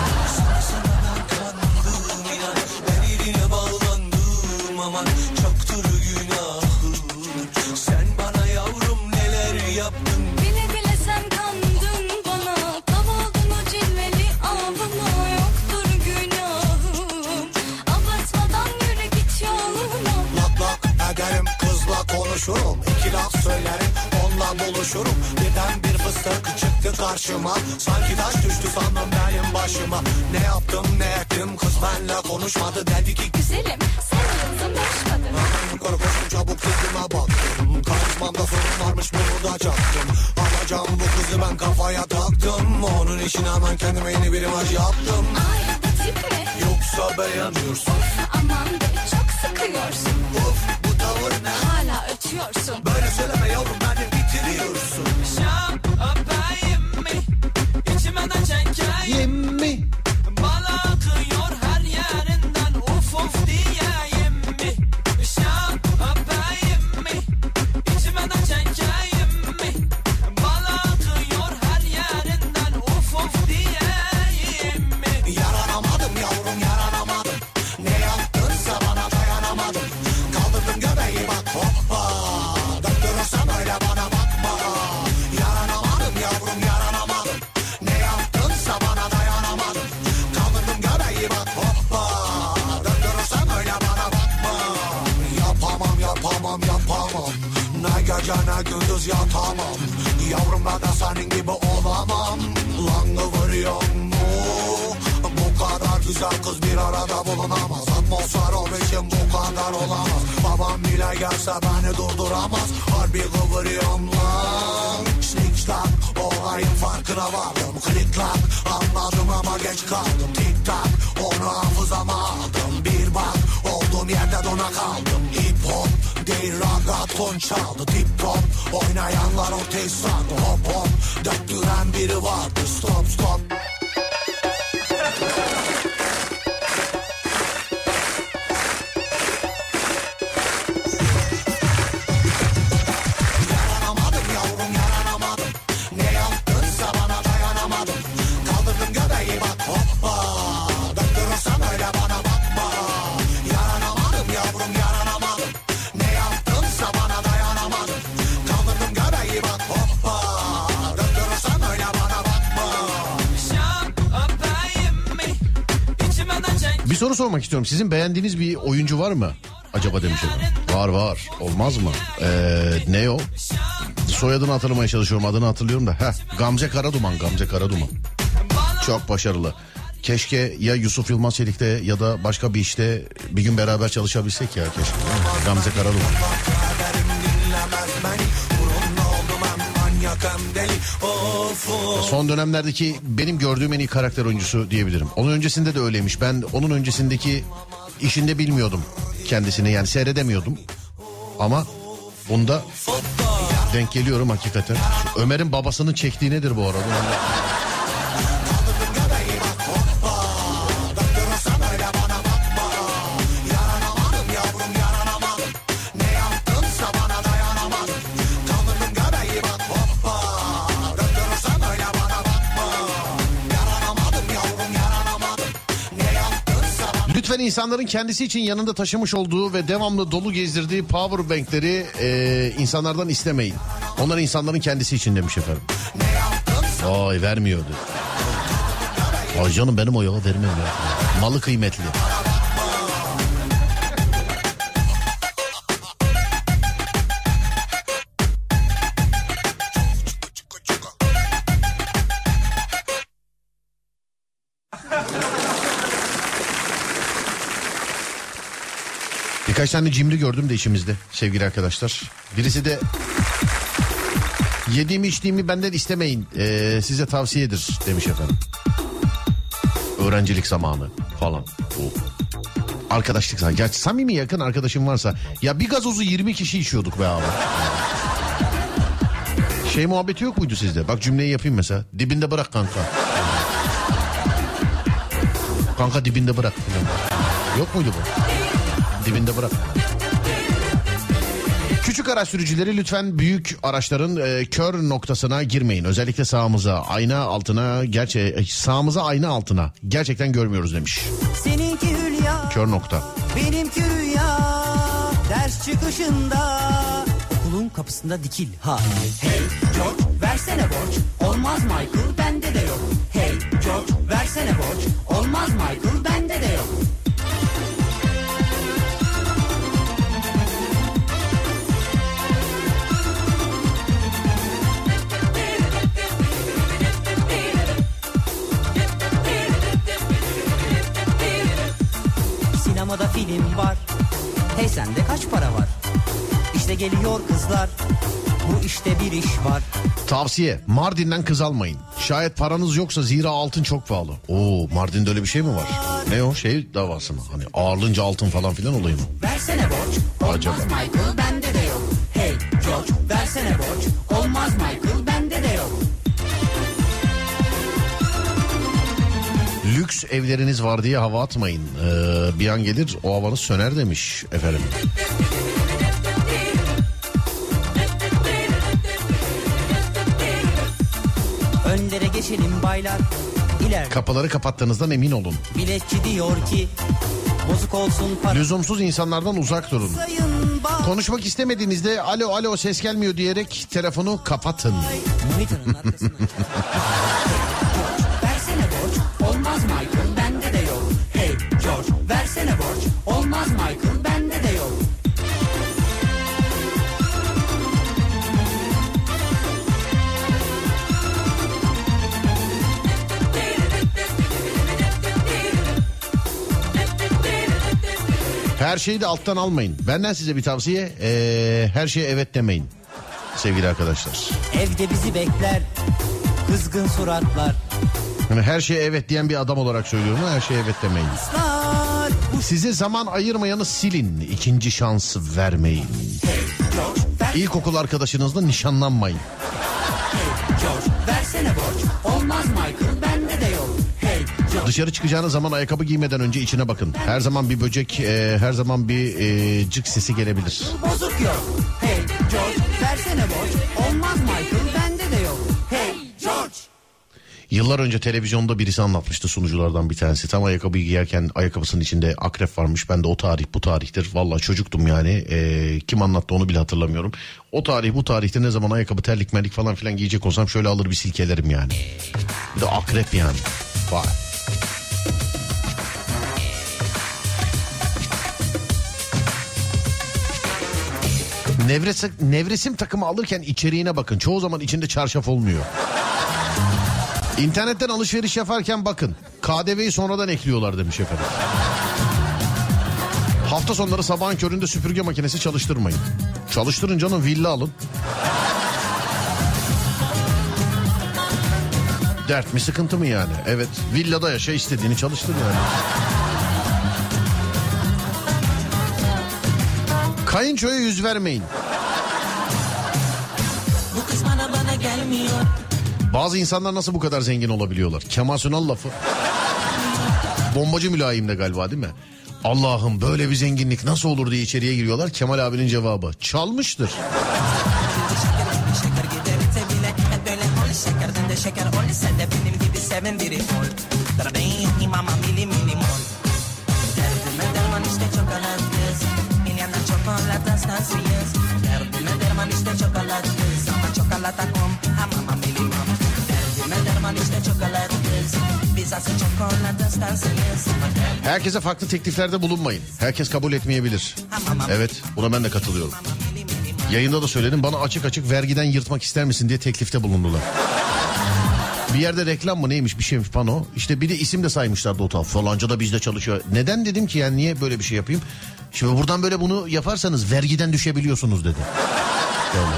Sen bana yavrum neler yaptın. Bile bile sen kandın bana. Tav oldun o cilveli avına. Yoktur günahım. Abartmadan yürü git yoluna. Lak lak ederim kızla konuşurum. İki laf söylerim onunla buluşurum. Birden bir fıstık çıktı karşıma. Sanki taş düştü sandım benim başıma. Ne yaptım ne ettim kız benle konuşmadı. Dedi ki Güzelim sen yıldızın başmadı. yukarı koştum çabuk yüzüme baktım. Karizmamda sorun varmış bunu da çaktım. Alacağım bu kızı ben kafaya taktım. Onun için hemen kendime yeni bir imaj yaptım. Ay bu tip mi? Yoksa beğenmiyorsun. Aman be çok sıkıyorsun. Of bu tavır ne? Hala ötüyorsun. Böyle söyleme yavrum beni bitiriyorsun. Şam öpeyim mi? İçimden çekeyim mi? Bana akıyor her yerinden uf uf diyeyim mi? Şam öpeyim mi? İçimden çekeyim mi? Bana akıyor her yerinden uf uf diyeyim mi? Yaranamadım yavrum yaranamadım. Ne yaptınsa bana dayanamadım. Kaldırdım göbeği bak hoppa. Döndürürsen öyle bana bakma. Yaranamadım yavrum yaranamadım. Ne yaptınsa bana dayanamadım. Kaldırdım göbeği bak hoppa. Döndürürsen öyle bana bakma. Yapamam yapamam yapamam. Ne gece ne gündüz yatamam. Yavrum ben de senin gibi olamam. Lan kıvırıyor mu? Bu kadar güzel kız bir arada bulunamaz. Atmosfer o biçim bu kadar olamaz. Babam bile gelse beni durduramaz. Harbi kıvırıyorum lan. Şnikşlak olayın farkına vardım. Kliklak anladım ama geç kaldım. Tik tak onu hafızama aldım. Bir bak olduğum yerde dona kaldım. Hip hop değil ragaton çaldı. Tip top oynayanlar ortayı sardı. Hop hop döktüren biri vardı. Stop stop. Yaranamadım yavrum yaranamadım. Ne yaptınsa bana dayanamadım. Kaldırdım göbeği bak hoppa. Döndürürsen öyle bana bakma. Yaranamadım yavrum yaranamadım. Ne yaptınsa bana dayanamadım. Kaldırdım göbeği bak hoppa. Döndürürsen öyle bana bakma. Şam öpeyim mi? İçimden çekeyim. Bir soru sormak istiyorum. Sizin beğendiğiniz bir oyuncu var mı? Acaba demiş efendim. Var var. Olmaz mı? Ee, ne o? Soyadını hatırlamaya çalışıyorum. Adını hatırlıyorum da. Heh, Gamze Karaduman. Gamze Karaduman. Çok başarılı. Keşke ya Yusuf Yılmaz Çelik'te ya da başka bir işte bir gün beraber çalışabilsek ya keşke. Gamze Karaduman. Son dönemlerdeki benim gördüğüm en iyi karakter oyuncusu diyebilirim. Onun öncesinde de öyleymiş. Ben onun öncesindeki işinde bilmiyordum kendisini, yani seyredemiyordum. Ama bunda denk geliyorum hakikaten. Şu Ömer'in babasının çektiği nedir bu arada? Lütfen insanların kendisi için yanında taşımış olduğu ve devamlı dolu gezdirdiği power bankleri e, insanlardan istemeyin. Onlar insanların kendisi için demiş efendim. Vay vermiyordu. Ay canım benim o yağı vermem ya. Malı kıymetli. Birkaç tane cimri gördüm de işimizde sevgili arkadaşlar. Birisi de yediğimi içtiğimi benden istemeyin ee, size tavsiyedir demiş efendim. Öğrencilik zamanı falan. Oh. Arkadaşlık zamanı. Gerçi samimi yakın arkadaşım varsa ya bir gazozu yirmi kişi içiyorduk be abi. Şey muhabbeti yok muydu sizde? Bak cümleyi yapayım mesela. Dibinde bırak kanka. Kanka dibinde bırak. Yok muydu bu? Dibinde bırak. Küçük araç sürücüleri lütfen büyük araçların e, kör noktasına girmeyin. Özellikle sağımıza, ayna altına, gerçi sağımıza, ayna altına gerçekten görmüyoruz demiş. Seninki hülya, kör nokta. Benimki rüya. Ders çıkışında okulun kapısında dikil ha. Hey George versene borç. Olmaz Michael bende de yok. Hey George versene borç. Olmaz Michael bende de yok. Sinemada film var. Hey sende kaç para var? İşte geliyor kızlar. Bu işte bir iş var. Tavsiye: Mardin'den kız almayın. Şayet paranız yoksa, zira altın çok pahalı. Oo, Mardin'de öyle bir şey mi var? Ne o şey davası mı? Hani ağırlınca altın falan filan olayı mı? Versene borç. Acaba. Olmaz Michael bende de yok. Hey George versene borç. Olmaz Michael bende de yok. Lüks evleriniz var diye hava atmayın. Ee, bir an gelir o havanız söner demiş efendim. Önlere geçelim baylar. İler. Kapıları kapattığınızdan emin olun. Biletçi diyor ki bozuk olsun para. Lüzumsuz insanlardan uzak durun. Konuşmak istemediğinizde alo alo ses gelmiyor diyerek telefonu kapatın. Monitörün arkasına. Versene borç. Olmaz Michael bende de yok. Hey George versene borç. Olmaz Michael bende de yok. Her şeyi de alttan almayın. Benden size bir tavsiye. Ee, her şeye evet demeyin. Sevgili arkadaşlar. Evde bizi bekler. Kızgın suratlar. Yani her şeye evet diyen bir adam olarak söylüyorum. Her şeye evet demeyin. Size zaman ayırmayanı silin. İkinci şans vermeyin. İlkokul arkadaşınızla nişanlanmayın. Versene borç. Olmaz Michael bende de yok. Hey George. Dışarı çıkacağınız zaman ayakkabı giymeden önce içine bakın. Her zaman bir böcek, e, her zaman bir e, cık sesi gelebilir. Bozuk yok. Hey George versene borç. Olmaz Michael bende de yok. Hey George. Yıllar önce televizyonda birisi anlatmıştı, sunuculardan bir tanesi. Tam ayakkabıyı giyerken ayakkabısının içinde akrep varmış. Ben de o tarih bu tarihtir. Vallahi çocuktum yani. Ee, kim anlattı onu bile hatırlamıyorum. O tarih bu tarihte ne zaman ayakkabı, terlik, merlik falan filan giyecek olsam şöyle alır bir silkelerim yani. Bir de akrep yani. Vay. Nevres, nevresim takımı alırken içeriğine bakın. Çoğu zaman içinde çarşaf olmuyor. İnternetten alışveriş yaparken bakın. K D V'yi sonradan ekliyorlar demiş efendim. Hafta sonları sabahın köründe süpürge makinesi çalıştırmayın. Çalıştırın canım, villa alın. Dert mi, sıkıntı mı yani? Evet, villada yaşa, istediğini çalıştır yani. Kayınçoya yüz vermeyin. Bu kız bana bana gelmiyor. Bazı insanlar nasıl bu kadar zengin olabiliyorlar? Kemal Sunal lafı. Bombacı mülayimde galiba değil mi? Allah'ım böyle bir zenginlik nasıl olur diye içeriye giriyorlar. Kemal abinin cevabı: çalmıştır. çikolata kom. Hamama milimon. Derdime derman işte çikolata kız. Biz asıl çikolata stansıyız. Herkese farklı tekliflerde bulunmayın. Herkes kabul etmeyebilir. Evet, buna ben de katılıyorum. Yayında da söyledim, bana açık açık vergiden yırtmak ister misin diye teklifte bulundular. Bir yerde reklam mı neymiş bir şeymiş pano. İşte bir de isim de saymışlardı o taraf. Falanca da bizde çalışıyor. Neden dedim ki yani niye böyle bir şey yapayım? Şimdi buradan böyle bunu yaparsanız vergiden düşebiliyorsunuz dedi. Böyle.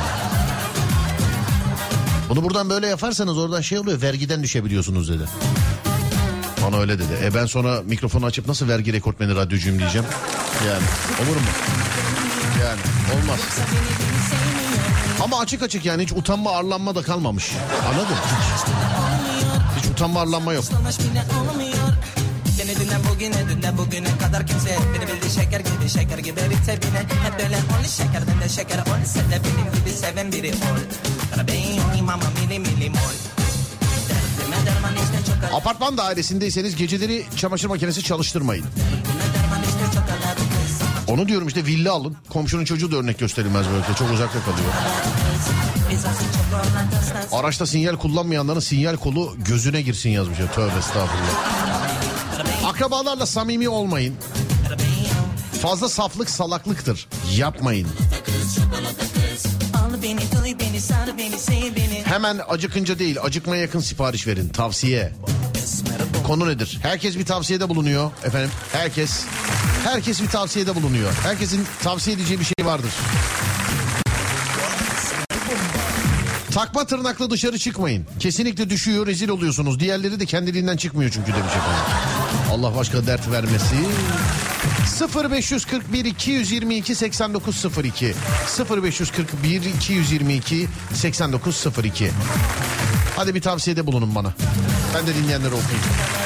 Bunu buradan böyle yaparsanız oradan şey oluyor, vergiden düşebiliyorsunuz dedi. Bana öyle dedi. E ben sonra mikrofonu açıp nasıl vergi rekortmeni radyocuyum diyeceğim. Yani olur mu? Yani olmaz. Ama açık açık yani hiç utanma arlanma da kalmamış. Anladın? Hiç, hiç utanma arlanma yok. Yeni dünden bugüne, dünden bugüne kadar kimse beni bildi şeker gibi, şeker gibi bir tepine. Hep böyle only şeker, ben de şeker ol. Sen de benim gibi seven biri ol. Karabeyim mama mili mili mol. Derdime derman işte çok. Apartman dairesindeyseniz geceleri çamaşır makinesi çalıştırmayın. Onu diyorum işte, villa alın. Komşunun çocuğu da örnek gösterilmez böyle. Çok uzakta kalıyor. Araçta sinyal kullanmayanların sinyal kolu gözüne girsin yazmış. Tövbe estağfurullah. Akrabalarla samimi olmayın. Fazla saflık salaklıktır. Yapmayın. Hemen acıkınca değil, acıkmaya yakın sipariş verin. Tavsiye. Konu nedir? Herkes bir tavsiyede bulunuyor efendim. Herkes herkes bir tavsiyede bulunuyor. Herkesin tavsiye edeceği bir şey vardır. Takma tırnakla dışarı çıkmayın. Kesinlikle düşüyor, rezil oluyorsunuz. Diğerleri de kendiliğinden çıkmıyor çünkü demiş efendim. Allah başka dert vermesi. sıfır beş kırk bir iki yüz yirmi iki seksen dokuz sıfır iki sıfır beş kırk bir iki yüz yirmi iki seksen dokuz sıfır iki. Hadi bir tavsiyede bulunun bana. Ben de dinleyenleri okuyayım.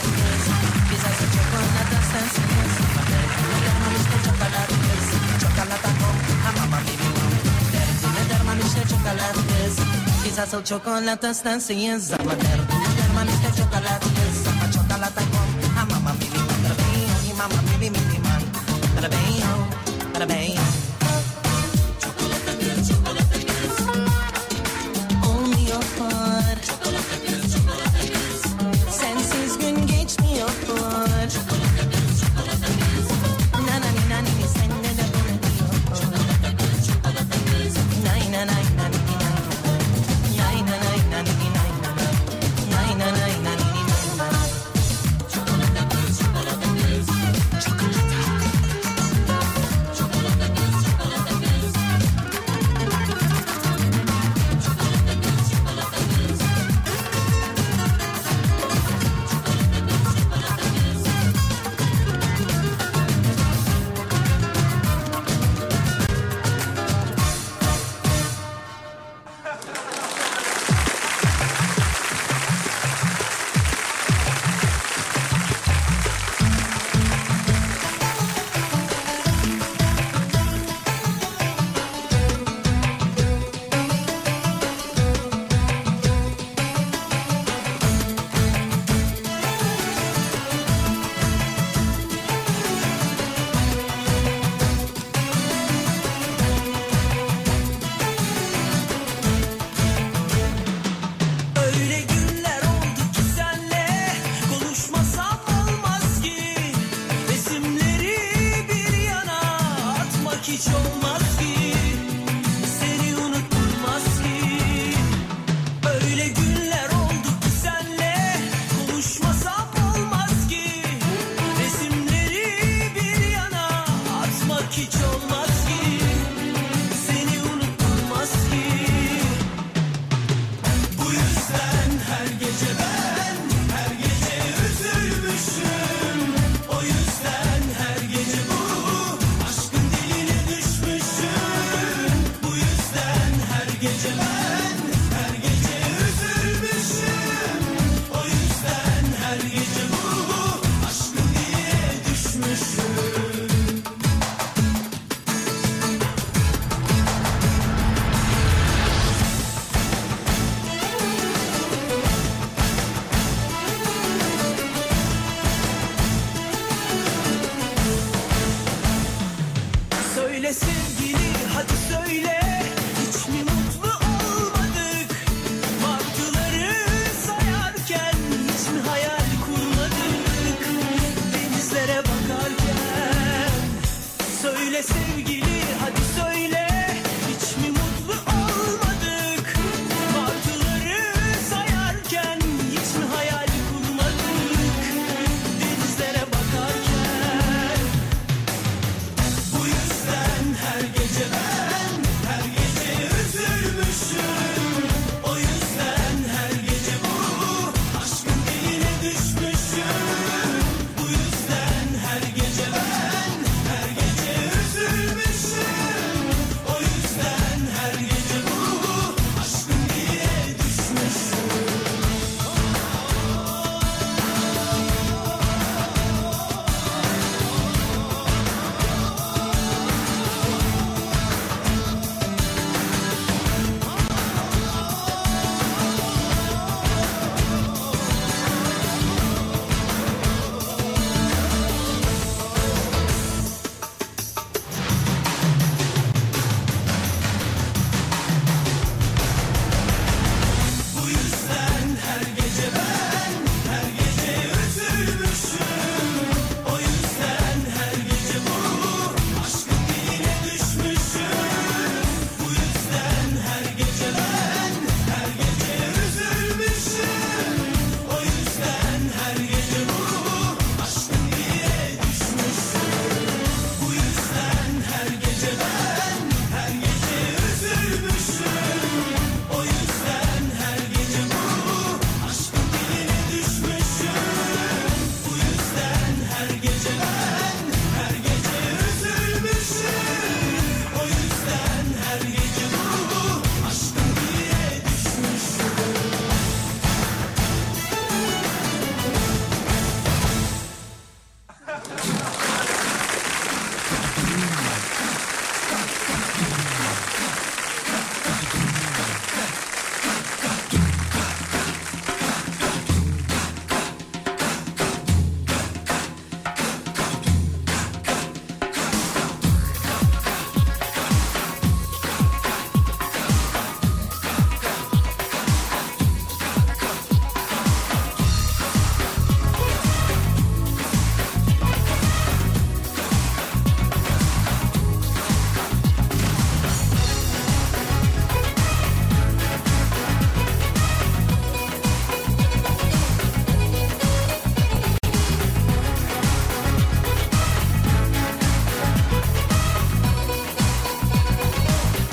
Biz asıl çikolata stansıyız ama derdime derman işte çikolata kız. Ama çikolata kom. Hamama milimon. Karabeyim mama mili milimon. Karabeyim. Karabeyim. Çikolata kız, çikolata kız. Olmuyor. Çikolata kız, çikolata kız. Sensiz gün geçmiyor. Çikolata kız, çikolata kız. Nanani nanani sende de bunu diyor. Çikolata kız, çikolata kız. Nay nay nay nay.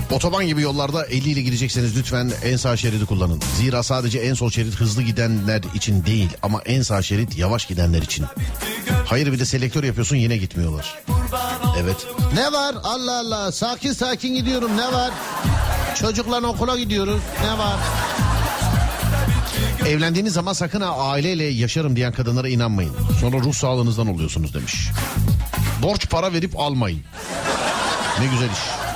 Otoban gibi yollarda elli ile gidecekseniz lütfen en sağ şeridi kullanın. Zira sadece en sol şerit hızlı gidenler için değil ama en sağ şerit yavaş gidenler için. Hayır bir de selektör yapıyorsun yine gitmiyorlar. Evet. Ne var? Allah Allah. Sakin sakin gidiyorum. Ne var? Çocuklarla okula gidiyoruz. Ne var? Evlendiğiniz zaman sakın ha aileyle yaşarım diyen kadınlara inanmayın. Sonra ruh sağlığınızdan oluyorsunuz demiş. Borç para verip almayın. Ne güzel iş.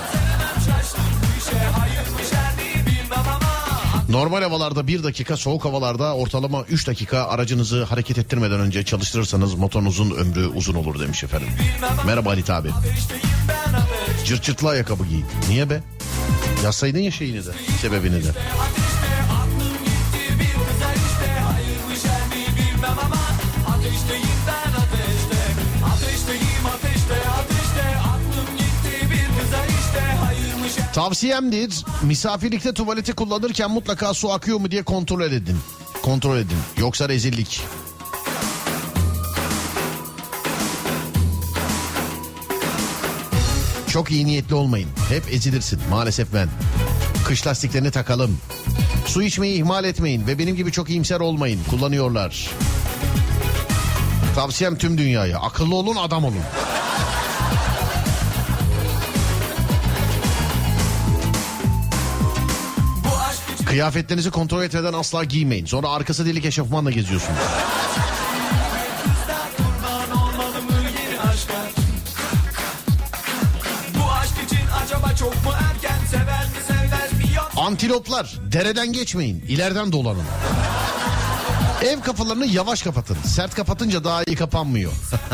Normal havalarda bir dakika, soğuk havalarda ortalama üç dakika aracınızı hareket ettirmeden önce çalıştırırsanız motorunuzun ömrü uzun olur demiş efendim. Merhaba Halit abi. Cırt cırtlı ayakkabı giyin. Niye be? Yazsaydın ya şeyini de, sebebini de. Tavsiyemdir, misafirlikte tuvaleti kullanırken mutlaka su akıyor mu diye kontrol edin. Kontrol edin. Yoksa rezillik. Çok iyi niyetli olmayın. Hep ezilirsin. Maalesef ben. Kış lastiklerini takalım. Su içmeyi ihmal etmeyin ve benim gibi çok iyimser olmayın. Kullanıyorlar. Tavsiyem tüm dünyaya. Akıllı olun, adam olun. Kıyafetlerinizi kontrol etmeden asla giymeyin. Sonra arkası delik eşofmanla geziyorsunuz. Antiloplar, dereden geçmeyin. İleriden dolanın. Ev kapılarını yavaş kapatın. Sert kapatınca daha iyi kapanmıyor.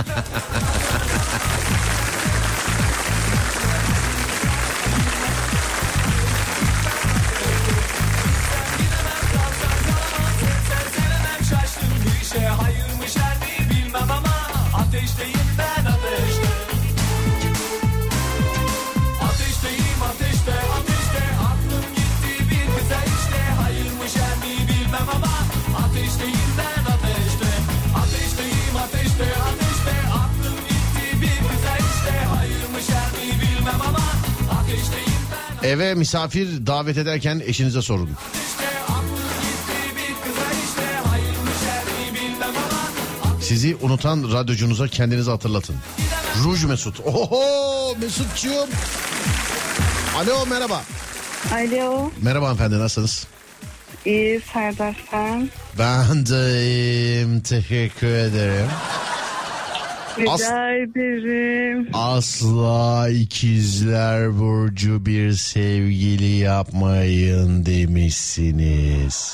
Eve misafir davet ederken eşinize sorun. Sizi unutan radyocunuza kendinizi hatırlatın. Ruj Mesut. Oho Mesut'cuğum. Alo merhaba. Alo. Merhaba hanımefendi, nasılsınız? İyi Serdar sen. Ben de iyiyim, teşekkür ederim. Rica As- ederim. Asla ikizler burcu bir sevgili yapmayın demişsiniz.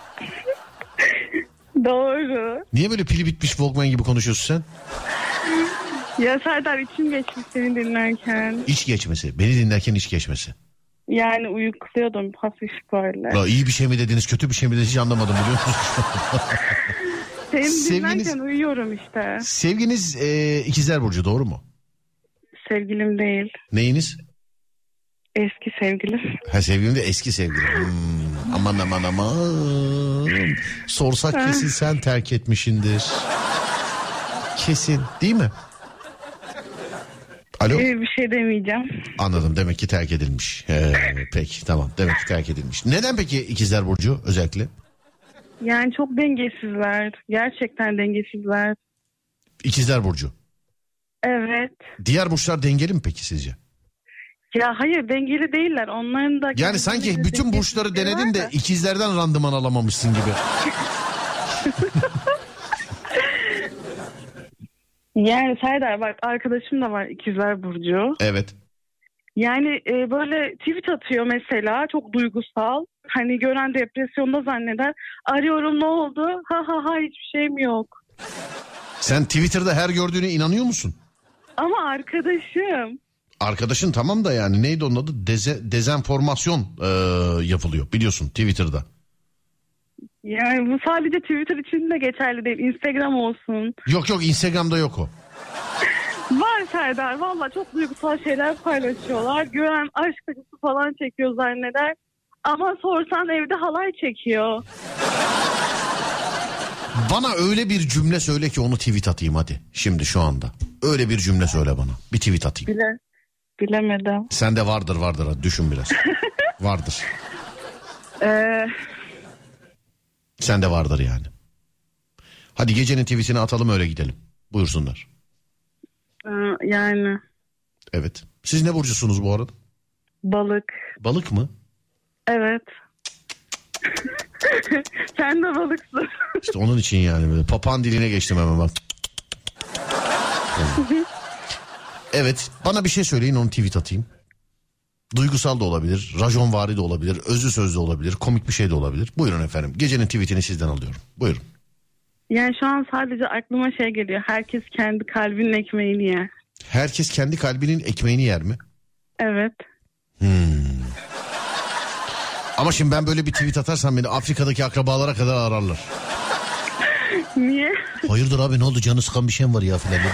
Doğru. Niye böyle pili bitmiş Walkman gibi konuşuyorsun sen? Ya Serdar içim geçmiş seni dinlerken. İç geçmesi. Beni dinlerken iç geçmesi. Yani uyukluyordum hafif böyle. Ya iyi bir şey mi dediniz, kötü bir şey mi dediniz hiç anlamadım biliyor musunuz? Seni Sevginiz- dinlerken uyuyorum işte. Sevginiz e, ikizler burcu, doğru mu? Sevgilim değil. Neyiniz? Eski sevgilim. Ha, sevgilim de eski sevgilim. Hmm, aman aman aman. Sorsak kesin sen terk etmişindir. Kesin değil mi? Alo? Ee, bir şey demeyeceğim. Anladım, demek ki terk edilmiş. Ee, peki tamam, demek ki terk edilmiş. Neden peki ikizler burcu özellikle? Yani çok dengesizler. Gerçekten dengesizler. İkizler burcu. Evet. Diğer burçlar dengeli mi peki sizce? Ya hayır dengeli değiller. Onların da... Yani sanki bütün burçları denedin de ikizlerden randıman alamamışsın gibi. Yani Serdar bak arkadaşım da var ikizler burcu. Evet. Yani e, böyle tweet atıyor mesela çok duygusal. Hani gören depresyonda zanneder. Arıyorum ne oldu? Ha ha ha hiçbir şeyim yok. Sen Twitter'da her gördüğüne inanıyor musun? Ama arkadaşım. Arkadaşın tamam da yani neydi onun adı? Deze, dezenformasyon e, yapılıyor biliyorsun Twitter'da. Yani bu sadece Twitter için de geçerli değil. Instagram olsun. Yok yok, Instagram'da yok o. Var Serdar. Valla çok duygusal şeyler paylaşıyorlar. Gören aşk acısı falan çekiyor zanneder. Ama sorsan evde halay çekiyor. Bana öyle bir cümle söyle ki onu tweet atayım hadi. Şimdi şu anda. Öyle bir cümle söyle bana. Bir tweet atayım. Bile, bilemedim. Sende vardır vardır hadi düşün biraz. Vardır. Ee, Sende vardır yani. Hadi gecenin tweetini atalım öyle gidelim. Buyursunlar. e, yani Evet. Siz ne burcusunuz bu arada? balık. Balık mı? Evet. Sen de balıksın. İşte onun için yani. Böyle papağan diline geçtim hemen bak. Evet. Bana bir şey söyleyin onu tweet atayım. Duygusal da olabilir. Rajonvari de olabilir. Özlü sözlü olabilir. Komik bir şey de olabilir. Buyurun efendim. Gecenin tweetini sizden alıyorum. Buyurun. Yani şu an sadece aklıma şey geliyor. Herkes kendi kalbinin ekmeğini yer. Herkes kendi kalbinin ekmeğini yer mi? Evet. Hmm. Ama şimdi ben böyle bir tweet atarsam beni Afrika'daki akrabalara kadar ararlar. Niye? Hayırdır abi ne oldu canı sıkan bir şey mi var ya filan.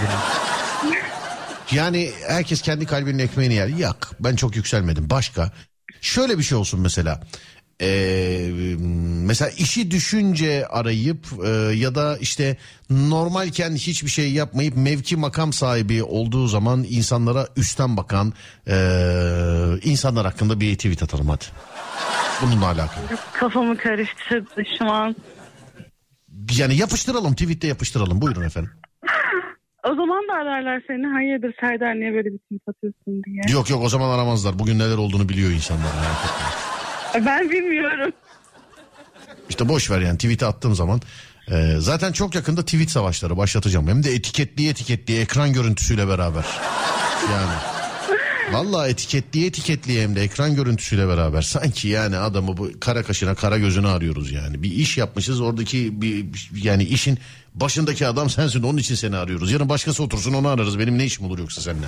Yani herkes kendi kalbinin ekmeğini yer. Yak ben çok yükselmedim. Başka şöyle bir şey olsun mesela. Ee, mesela işi düşünce arayıp e, ya da işte normalken hiçbir şey yapmayıp mevki makam sahibi olduğu zaman insanlara üstten bakan e, insanlar hakkında bir tweet atalım hadi. Bununla alakalı. Kafamı karıştırdı şu an. Yani yapıştıralım tweette yapıştıralım buyurun efendim. O zaman da ararlar seni. Hayırdır Serdar niye böyle bir tweet atıyorsun diye. Yok yok o zaman aramazlar. Bugün neler olduğunu biliyor insanlar. Ben bilmiyorum. İşte boş ver yani tweet'e attığım zaman. E, zaten çok yakında tweet savaşları başlatacağım. Hem de etiketli etiketli ekran görüntüsüyle beraber. Yani. Vallahi etiketli etiketli hem de ekran görüntüsüyle beraber. Sanki yani adamı bu kara kaşına kara gözüne arıyoruz yani. Bir iş yapmışız oradaki bir yani işin başındaki adam sensin onun için seni arıyoruz. Yarın başkası otursun onu ararız. Benim ne işim olur yoksa seninle?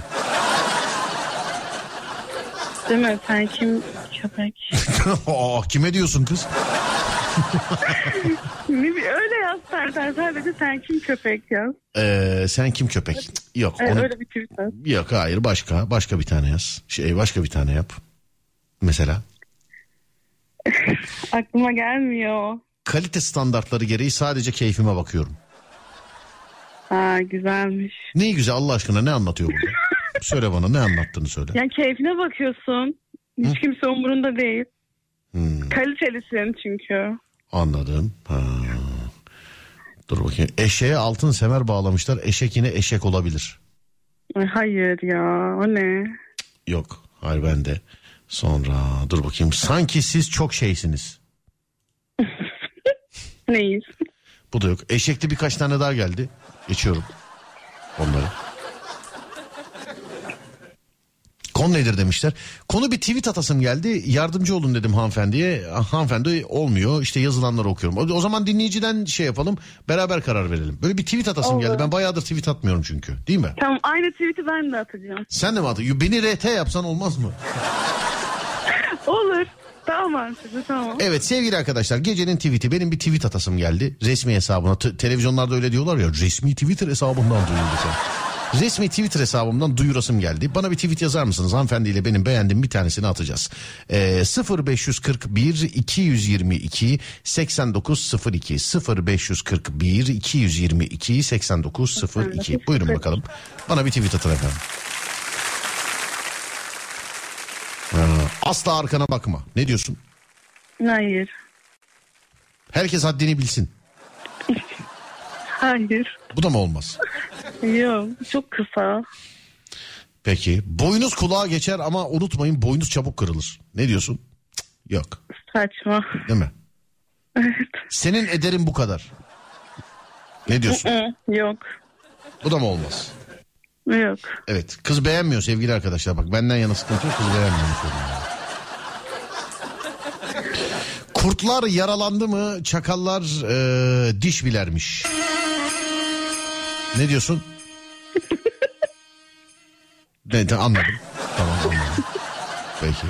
Değil mi? Sen kim köpek? Aa, kime diyorsun kız? Öyle yaz Serdar. Sadece sen kim köpek yaz. Ee, sen kim köpek? Cık, yok. Evet, onu... öyle bir tweet yaz. Yok hayır başka. Başka bir tane yaz. Şey başka bir tane yap. Mesela. Aklıma gelmiyor. Kalite standartları gereği sadece keyfime bakıyorum. Ha güzelmiş. Ne güzel Allah aşkına ne anlatıyor burada? Söyle bana ne anlattığını söyle. Yani keyfine bakıyorsun. Hiç Hı? kimse umurunda değil. Hmm. Kalitelisin çünkü. Anladım. Ha. Dur bakayım. Eşeğe altın semer bağlamışlar. Eşek yine eşek olabilir. Hayır ya o ne? Yok hayır ben de. Sonra dur bakayım. Sanki siz çok şeysiniz. Neyiz? Bu da yok. Eşekli birkaç tane daha geldi. Geçiyorum onları. Konu nedir demişler. Konu bir tweet atasım geldi. Yardımcı olun dedim hanımefendiye. Hanımefendi olmuyor. İşte yazılanları okuyorum. O, o zaman dinleyiciden şey yapalım. Beraber karar verelim. Böyle bir tweet atasım Olur. geldi. Ben bayağıdır tweet atmıyorum çünkü. Değil mi? Tamam aynı tweet'i ben de atacağım. Sen de mi atıyorsun? Beni R T yapsan olmaz mı? Olur. Tamam size tamam. Evet sevgili arkadaşlar gecenin tweet'i benim bir tweet atasım geldi. Resmi hesabına. T- televizyonlarda öyle diyorlar ya. Resmi Twitter hesabından duyurdu. Resmi Twitter hesabımdan duyurasım geldi. Bana bir tweet yazar mısınız? Hanımefendiyle benim beğendiğim bir tanesini atacağız. Ee, sıfır beş kırk bir iki yüz yirmi iki seksen dokuz sıfır iki sıfır beş kırk bir iki yüz yirmi iki seksen dokuz sıfır iki. Buyurun bakalım. Bana bir tweet atın efendim. Asla arkana bakma. Ne diyorsun? Hayır. Herkes haddini bilsin. Hayır. Bu da mı olmaz? Yok çok kısa. Peki boynuz kulağa geçer ama unutmayın boynuz çabuk kırılır. Ne diyorsun? Cık, yok. Saçma. Değil mi? Evet. Senin ederin bu kadar. Ne diyorsun? Yok. Bu da mı olmaz? Yok. Evet kız beğenmiyor sevgili arkadaşlar. Bak benden yana sıkıntı yok kız beğenmiyor. Kurtlar yaralandı mı çakallar e, diş bilermiş. Ne diyorsun? Ne, anladım. Tamam anladım. Peki.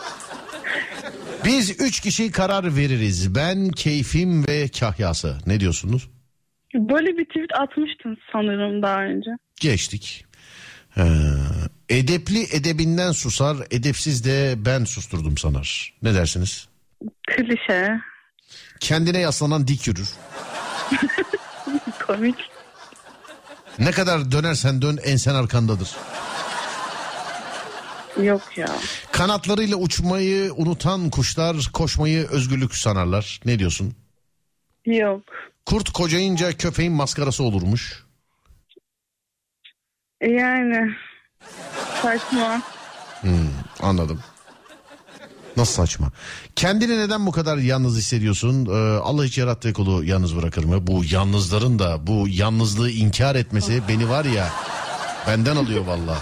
Biz üç kişi karar veririz. Ben, keyfim ve kahyası. Ne diyorsunuz? Böyle bir tweet atmıştın sanırım daha önce. Geçtik. Ee, edepli edebinden susar, edepsiz de ben susturdum sanar. Ne dersiniz? Klişe. Kendine yaslanan dik yürür. Komik. Ne kadar dönersen dön ensen arkandadır. Yok ya. Kanatlarıyla uçmayı unutan kuşlar koşmayı özgürlük sanarlar. Ne diyorsun? Yok. Kurt kocayınca köpeğin maskarası olurmuş. Yani saçma. Hmm, anladım. Nasıl saçma? Kendini neden bu kadar yalnız hissediyorsun? Ee, Allah hiç yarattığı kulu yalnız bırakır mı? Bu yalnızların da bu yalnızlığı inkar etmesi beni var ya benden alıyor vallahi.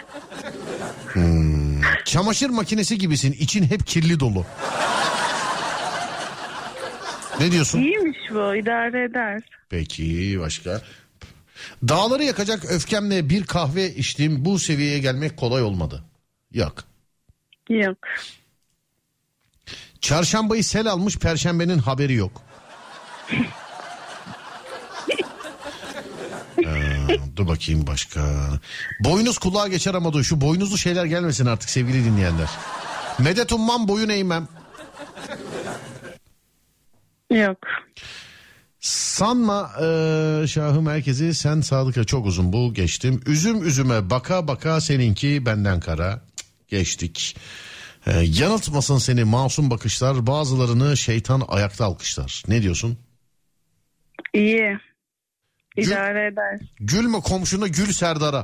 Hmm. Çamaşır makinesi gibisin. İçin hep kirli dolu. Ne diyorsun? İyiymiş bu, idare eder. Peki başka? Dağları yakacak öfkemle bir kahve içtim. Bu seviyeye gelmek kolay olmadı. Yok. Yok. Çarşambayı sel almış, perşembenin haberi yok. ee, dur bakayım başka. Boynuz kulağa geçer ama dur şu boynuzlu şeyler gelmesin artık sevgili dinleyenler. Medet ummam boyun eğmem. Yok. Sanma e, şahım herkesi sen sadıka çok uzun bu geçtim. Üzüm üzüme baka baka seninki benden kara. Cık, geçtik. E, yanıltmasın seni masum bakışlar, bazılarını şeytan ayakta alkışlar. Ne diyorsun? İyi. İdare Gül, eder. Gülme komşuna gül Serdar'a.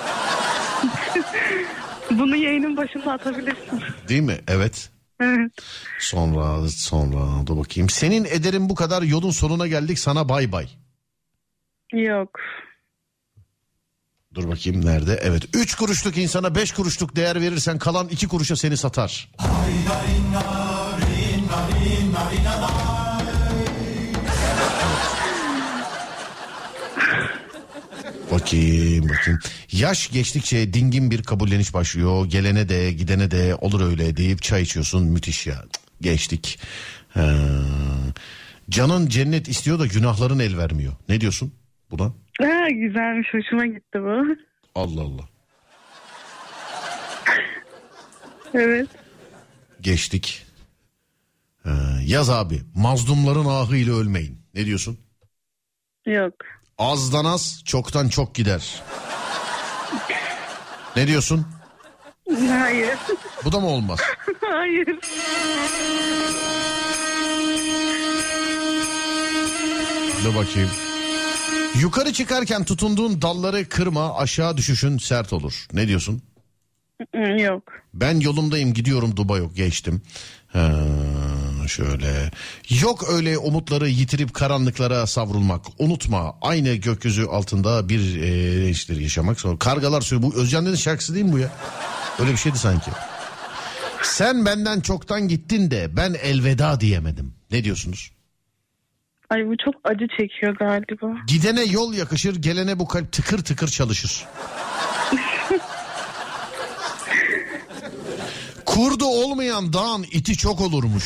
Bunu yayının başında atabilirsin. Değil mi? Evet. Evet. Sonra sonra dur bakayım. Senin ederin bu kadar, yolun sonuna geldik, sana bay bay. Yok. Dur bakayım nerede? Evet. Üç kuruşluk insana beş kuruşluk değer verirsen kalan iki kuruşa seni satar. Bakayım bakayım. Yaş geçtikçe dingin bir kabulleniş başlıyor. Gelene de gidene de olur öyle deyip çay içiyorsun. Müthiş ya. Geçtik. Ee, canın cennet istiyor da günahların el vermiyor. Ne diyorsun buna? Ha, güzelmiş, hoşuma gitti bu. Allah Allah. Evet. Geçtik. Ee, yaz abi. Mazlumların ahıyla ölmeyin. Ne diyorsun? Yok. Azdan az, çoktan çok gider. Ne diyorsun? Hayır. Bu da mı olmaz? Hayır. Dur bakayım. Yukarı çıkarken tutunduğun dalları kırma, aşağı düşüşün sert olur. Ne diyorsun? Yok. Ben yolumdayım, gidiyorum, Dubai yok, geçtim. Ha, şöyle. Yok öyle umutları yitirip karanlıklara savrulmak. Unutma, aynı gökyüzü altında bir e, işte yaşamak. Sonra kargalar söylüyor. Bu Özcan Deniz şarkısı değil mi bu ya? Öyle bir şeydi sanki. Sen benden çoktan gittin de ben elveda diyemedim. Ne diyorsunuz? Ay, bu çok acı çekiyor galiba. Gidene yol yakışır, gelene bu kalp tıkır tıkır çalışır. Kurdu olmayan dağın iti çok olurmuş.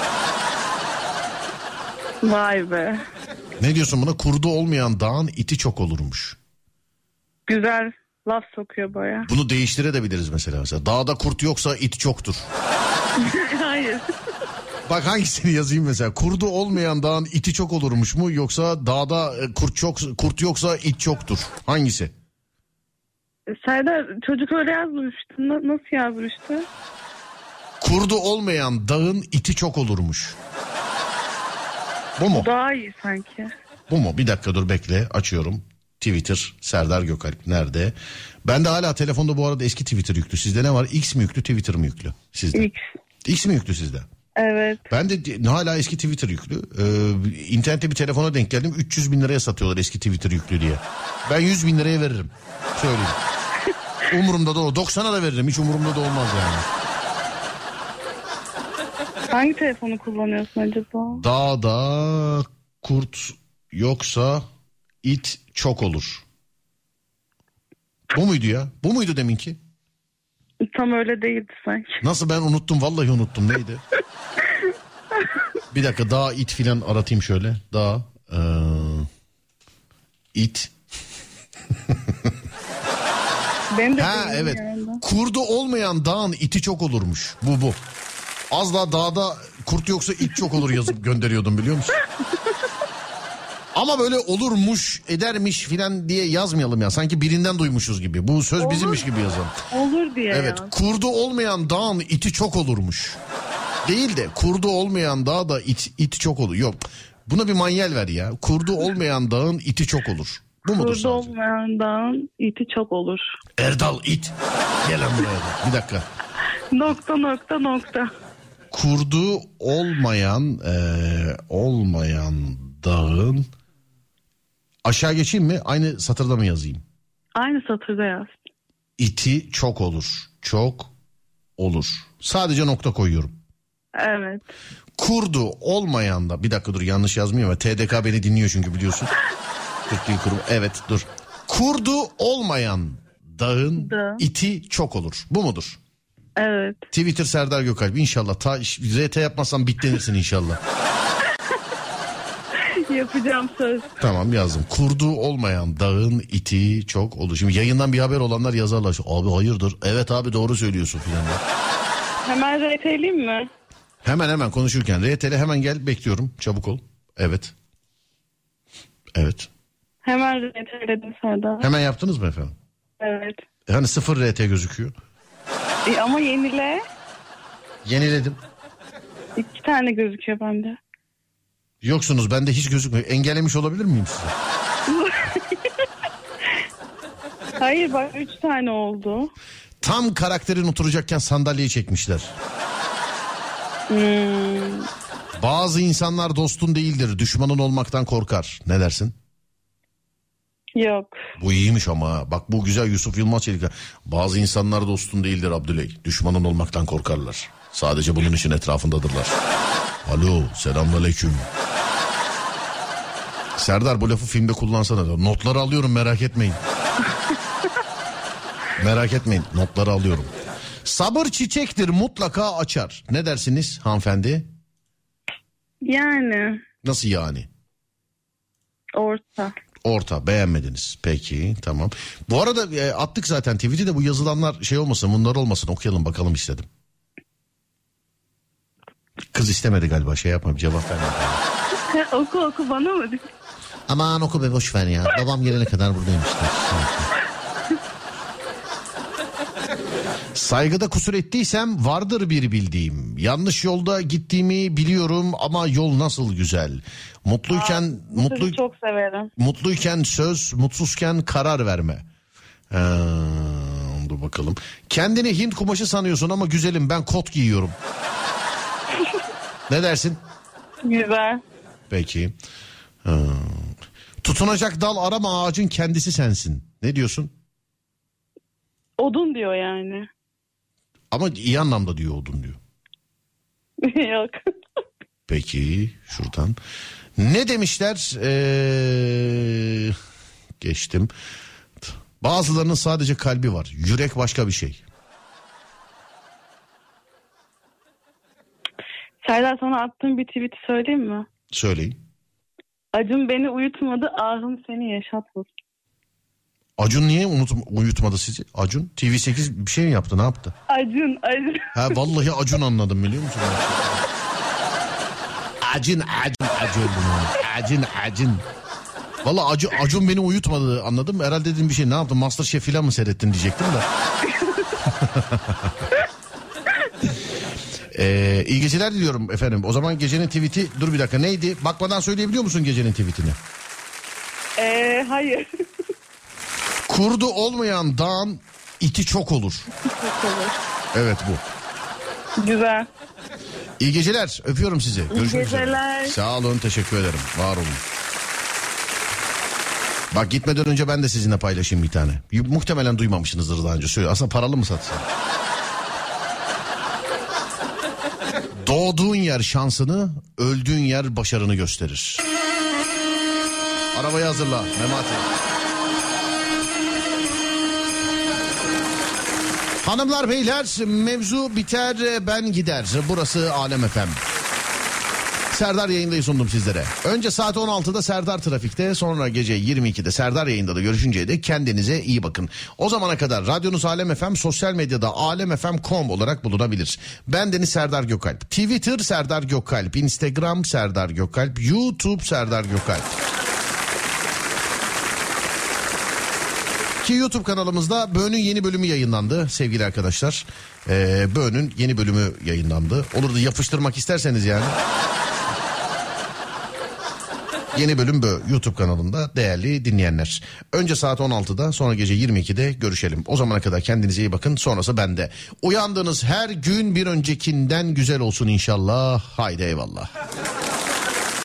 Vay be. Ne diyorsun buna? Kurdu olmayan dağın iti çok olurmuş. Güzel laf sokuyor baya. Bunu değiştirebiliriz mesela. mesela. Dağda kurt yoksa it çoktur. Hayır. Bak hangisini yazayım mesela? Kurdu olmayan dağın iti çok olurmuş mu? Yoksa dağda kurt çok kurt yoksa it çoktur. Hangisi? Serdar, çocuk öyle yazmıştı. Na- nasıl yazmıştı? Kurdu olmayan dağın iti çok olurmuş. Bu mu? Daha iyi sanki. Bu mu? Bir dakika dur bekle. Açıyorum. Twitter Serdar Gökalp nerede? Ben de hala telefonda bu arada eski Twitter yüklü. Sizde ne var? X mi yüklü, Twitter mı yüklü? Sizde. X. X mi yüklü sizde? Evet. Ben de hala eski Twitter yüklü. Ee, internette bir telefona denk geldim. üç yüz bin liraya satıyorlar eski Twitter yüklü diye. Ben yüz bin liraya veririm. Söyleyeyim. Umurumda da o. doksana da veririm. Hiç umurumda da olmaz yani. Hangi telefonu kullanıyorsun acaba? Dağda kurt yoksa it çok olur. Bu muydu ya? Bu muydu deminki? Tam öyle değildi sanki. Nasıl, ben unuttum, vallahi unuttum, neydi? Bir dakika, dağ it filan aratayım şöyle. Dağ ee, it. Ben de ha evet. Yani. Kurdu olmayan dağın iti çok olurmuş. Bu bu. Az daha dağda kurt yoksa it çok olur yazıp gönderiyordum, biliyor musun? Ama böyle olurmuş, edermiş filan diye yazmayalım ya. Sanki birinden duymuşuz gibi. Bu söz Olur. bizimmiş gibi yazalım. Olur diye Evet, ya. kurdu olmayan dağın iti çok olurmuş. Değil de kurdu olmayan dağ da it, it çok olur. Yok, buna bir manyel ver ya. Kurdu olmayan dağın iti çok olur. Bu mudur Kurdu sadece? olmayan dağın iti çok olur. Erdal it. Gel lan buraya da. Bir dakika. Nokta nokta nokta. Kurdu olmayan e, olmayan dağın, aşağı geçeyim mi? Aynı satırda mı yazayım? Aynı satırda yaz. İti çok olur. Çok olur. Sadece nokta koyuyorum. Evet. Kurdu olmayan da, bir dakika dur, yanlış yazmıyor ama T D K beni dinliyor çünkü biliyorsun. Türk Dil Kurumu. Evet dur. Kurdu olmayan dağın Da. iti çok olur. Bu mudur? Evet. Twitter Serdar Gökalp. İnşallah ta R T yapmazsan bitlenirsin inşallah. Yapacağım söz. Tamam, yazdım. Kurdu olmayan dağın iti çok olur. Şimdi yayından bir haber olanlar yazarlar. Abi hayırdır? Evet abi doğru söylüyorsun filan. Hemen reyteleyeyim mi? Hemen hemen konuşurken R T'le hemen gel, bekliyorum. Çabuk ol. Evet. Evet. Hemen reyteledim Serdar. Hemen yaptınız mı efendim? Evet. E hani sıfır R T gözüküyor. E ama yenile. Yeniledim. İki tane gözüküyor bende. Yoksunuz, bende hiç gözükmüyor. Engellemiş olabilir miyim size? Hayır bak üç tane oldu. Tam karakterin oturacakken sandalyeyi çekmişler. Hmm. Bazı insanlar dostun değildir, düşmanın olmaktan korkar. Ne dersin? Yok. Bu iyiymiş ama. Bak bu güzel, Yusuf Yılmaz Çelik. Bazı insanlar dostun değildir Abdüley. Düşmanın olmaktan korkarlar. Sadece bunun için etrafındadırlar. Alo, selamünaleyküm. Serdar bu lafı filmde kullansana. Da. Notları alıyorum, merak etmeyin. Merak etmeyin, notları alıyorum. Sabır çiçektir, mutlaka açar. Ne dersiniz hanımefendi? Yani. Nasıl yani? Orta. Orta, beğenmediniz. Peki, tamam. Bu arada e, attık zaten tweet'i de, bu yazılanlar şey olmasın, bunlar olmasın, okuyalım bakalım istedim. Kız istemedi galiba, şey yapma, bir cevap vermedi. oku oku bana mı? Aman oku be, boş ver ya. Babam gelene kadar buradayım işte. Saygıda kusur ettiysem vardır bir bildiğim. Yanlış yolda gittiğimi biliyorum ama yol nasıl güzel. Mutluyken Aa, mutlu çok severim. Mutluyken söz, mutsuzken karar verme. Ee, dur bakalım. Kendini Hint kumaşı sanıyorsun ama güzelim, ben kot giyiyorum. Ne dersin? Güzel. Peki. Ee, tutunacak dal arama, ağacın kendisi sensin. Ne diyorsun? Odun diyor yani. Ama iyi anlamda diyor, odun diyor. Yok. Peki şuradan. Ne demişler? Ee, geçtim. Bazılarının sadece kalbi var. Yürek başka bir şey. Serdar sana attığım bir tweet'i söyleyeyim mi? Söyleyin. Acım beni uyutmadı, ahım seni yaşatmadı. Acun niye unut, uyutmadı sizi? Acun T V sekiz bir şey mi yaptı, ne yaptı? Acun, Acun. Ha vallahi Acun anladım, biliyor musun? Acun, Acun, Acun. Acun, Acun. Vallahi Acun, Acun beni uyutmadı, anladım. Herhalde dedim bir şey, ne yaptın? MasterChef filan mı seyrettin diyecektim de. Ee, iyi geceler diliyorum efendim. O zaman gecenin tweet'i, dur bir dakika, neydi? Bakmadan söyleyebiliyor musun gecenin tweet'ini? Eee hayır. Kurdu olmayan dağın iti çok olur. Evet bu. Güzel. İyi geceler, öpüyorum sizi. İyi Görüşmek geceler. üzere. Sağ olun, teşekkür ederim. Var olun. Bak gitmeden önce ben de sizinle paylaşayım bir tane. Muhtemelen duymamışsınızdır daha önce. Söyle. Aslında paralı mı satsın? Doğduğun yer şansını, öldüğün yer başarını gösterir. Arabayı hazırla Memati. Hanımlar beyler, mevzu biter ben gider. Burası Alem F M. Serdar yayındayı sundum sizlere. Önce saat on altıda Serdar Trafik'te, sonra gece yirmi ikide Serdar yayında da görüşünceye dek kendinize iyi bakın. O zamana kadar radyonuz Alem F M, sosyal medyada alemfm nokta com olarak bulunabilir. Ben Deniz Serdar Gökalp. Twitter Serdar Gökalp, Instagram Serdar Gökalp, YouTube Serdar Gökalp. Ki YouTube kanalımızda Böğün'ün yeni bölümü yayınlandı sevgili arkadaşlar. Ee, Böğün'ün yeni bölümü yayınlandı. Olur da yapıştırmak isterseniz yani. Yeni bölüm Bö YouTube kanalında değerli dinleyenler. Önce saat on altıda, sonra gece yirmi ikide görüşelim. O zamana kadar kendinize iyi bakın, sonrası bende. Uyandığınız her gün bir öncekinden güzel olsun inşallah. Haydi eyvallah.